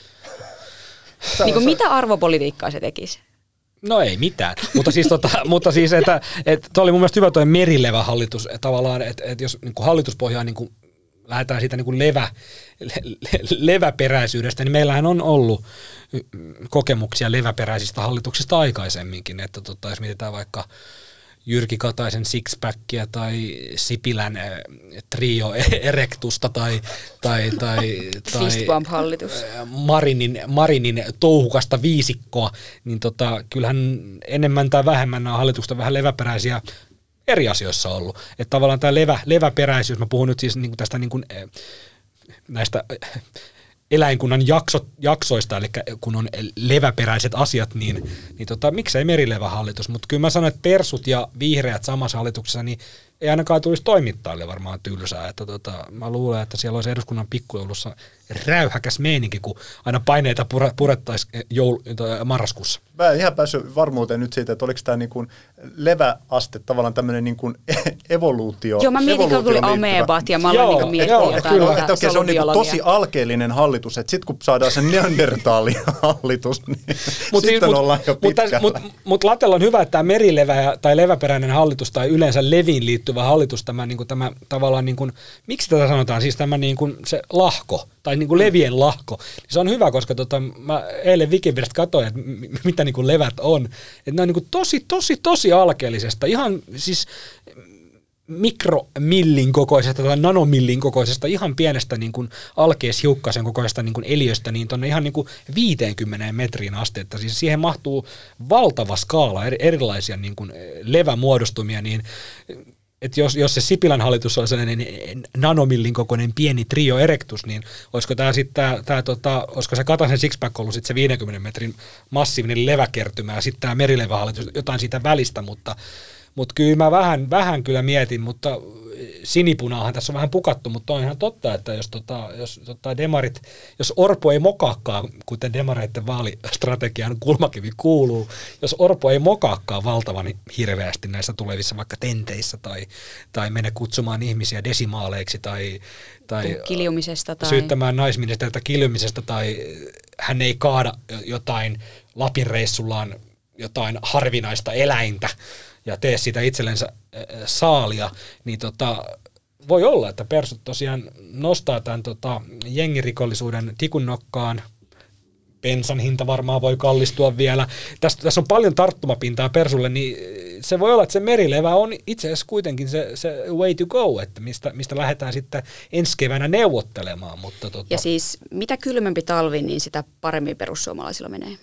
Niin kuin mitä arvopolitiikkaa se tekisi? No ei mitään, mutta siis, tota, mutta siis että, että toi oli mun mielestä hyvä toi merilevä hallitus, että tavallaan, että, että jos niin kuin hallituspohjaa niin kuin lähdetään siitä niin kuin levä, le, le, leväperäisyydestä, niin meillähän on ollut kokemuksia leväperäisistä hallituksista aikaisemminkin, että tota, jos mietitään vaikka Jyrki Kataisen sixpackia tai Sipilän äh, trio erectusta tai, tai, tai, tai Fistbump-hallitus. Marinin, Marinin touhukasta viisikkoa, niin tota, kyllähän enemmän tai vähemmän nämä hallitukset on vähän leväperäisiä eri asioissa ollut. Että tavallaan tämä levä, leväperäisyys, mä puhun nyt siis niinku tästä niinku, näistä eläinkunnan jakso, jaksoista, eli kun on leväperäiset asiat, niin, niin tota, miksei merilevähallitus, mutta kyllä mä sanon, että persut ja vihreät samassa hallituksessa, niin ei ainakaan tulisi toimittajille varmaan tylsää, että tota, mä luulen, että siellä olisi eduskunnan pikkujoulussa räyhäkäs meininki, kun aina paineita pure, purettaisiin joul- marraskuussa. Mä en ihan päässyt varmuuteen nyt siitä, että oliko tämä niin kuin leväaste tavallaan tämmöinen niin kuin evoluutio. Joo, mä mietin, kun tuli amebat ja mä aloin niin miettiä joo, jotain. Kyllä, että okei, se on niin tosi alkeellinen hallitus, että sitten kun saadaan sen neandertaalihallitus, niin mut sitten siis, ollaan mut, jo pitkällä. Mutta mut, mut Latella on hyvä, että tämä merilevä tai leväperäinen hallitus tai yleensä leviin liittyvä hallitus, tämä, niin kuin, tämä tavallaan, niin kuin, miksi tätä sanotaan, siis tämä niin kuin, se lahko, tai niin kuin levien lahko, niin se on hyvä, koska tota, mä eilen Wikipediasta katsoin, että m- mitä niin kuin levät on. Että ne on niin kuin tosi, tosi, tosi alkeellisesta, ihan siis mikromillin kokoisesta tai nanomillin kokoisesta, ihan pienestä niin kuin alkeishiukkasen kokoisesta niin kuin eliöstä, niin tuonne ihan niin kuin viiteenkymmeneen metriin asti, että siis siihen mahtuu valtava skaala erilaisia niin kuin levämuodostumia, niin että jos, jos se Sipilän hallitus on sellainen nanomillin kokoinen pieni trio erectus, niin olisiko tämä sitten tämä, tämä tota, olisiko se Kataisen sixpack ollut sitten se viidenkymmenen metrin massiivinen leväkertymä ja sitten tämä merilevähallitus jotain siitä välistä, mutta Mutta kyllä mä vähän, vähän kyllä mietin, mutta sinipunaahan tässä on vähän pukattu, mutta on ihan totta, että jos, tota, jos tota demarit, jos Orpo ei mokaakaan, kuten demareiden vaalistrategian kulmakivi kuuluu, jos Orpo ei mokaakaan valtavan hirveästi näissä tulevissa vaikka tenteissä tai, tai mene kutsumaan ihmisiä desimaaleiksi tai, tai kiljumisesta tai syyttämään naisministeriötä kiljumisesta tai hän ei kaada jotain Lapin reissullaan jotain harvinaista eläintä ja tee sitä itsellensä saalia, niin tota, voi olla, että persut tosiaan nostaa tämän tota, jengirikollisuuden tikunnokkaan. Bensan hinta varmaan voi kallistua vielä. Tässä, tässä on paljon tarttumapintaa persulle, niin se voi olla, että se merilevä on itse asiassa kuitenkin se, se way to go, että mistä, mistä lähdetään sitten ensi keväänä neuvottelemaan. Mutta tota. Ja siis mitä kylmempi talvi, niin sitä paremmin perussuomalaisilla menee.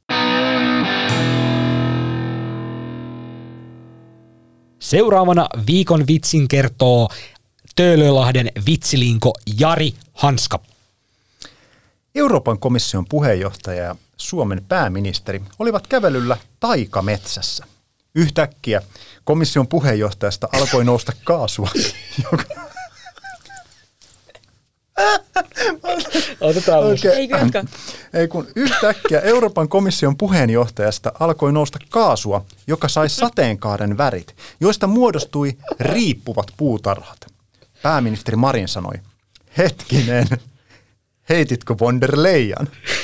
Seuraavana viikon vitsin kertoo Töölölahden vitsilinko Jari Hanska. Euroopan komission puheenjohtaja ja Suomen pääministeri olivat kävelyllä taikametsässä. Yhtäkkiä komission puheenjohtajasta alkoi nousta kaasua, joka... Otetaan okay. Ei jatka. Ei kun yhtäkkiä Euroopan komission puheenjohtajasta alkoi nousta kaasua, joka sai sateenkaaren värit, joista muodostui riippuvat puutarhat. Pääministeri Marin sanoi, hetkinen, heititkö von der Leyen?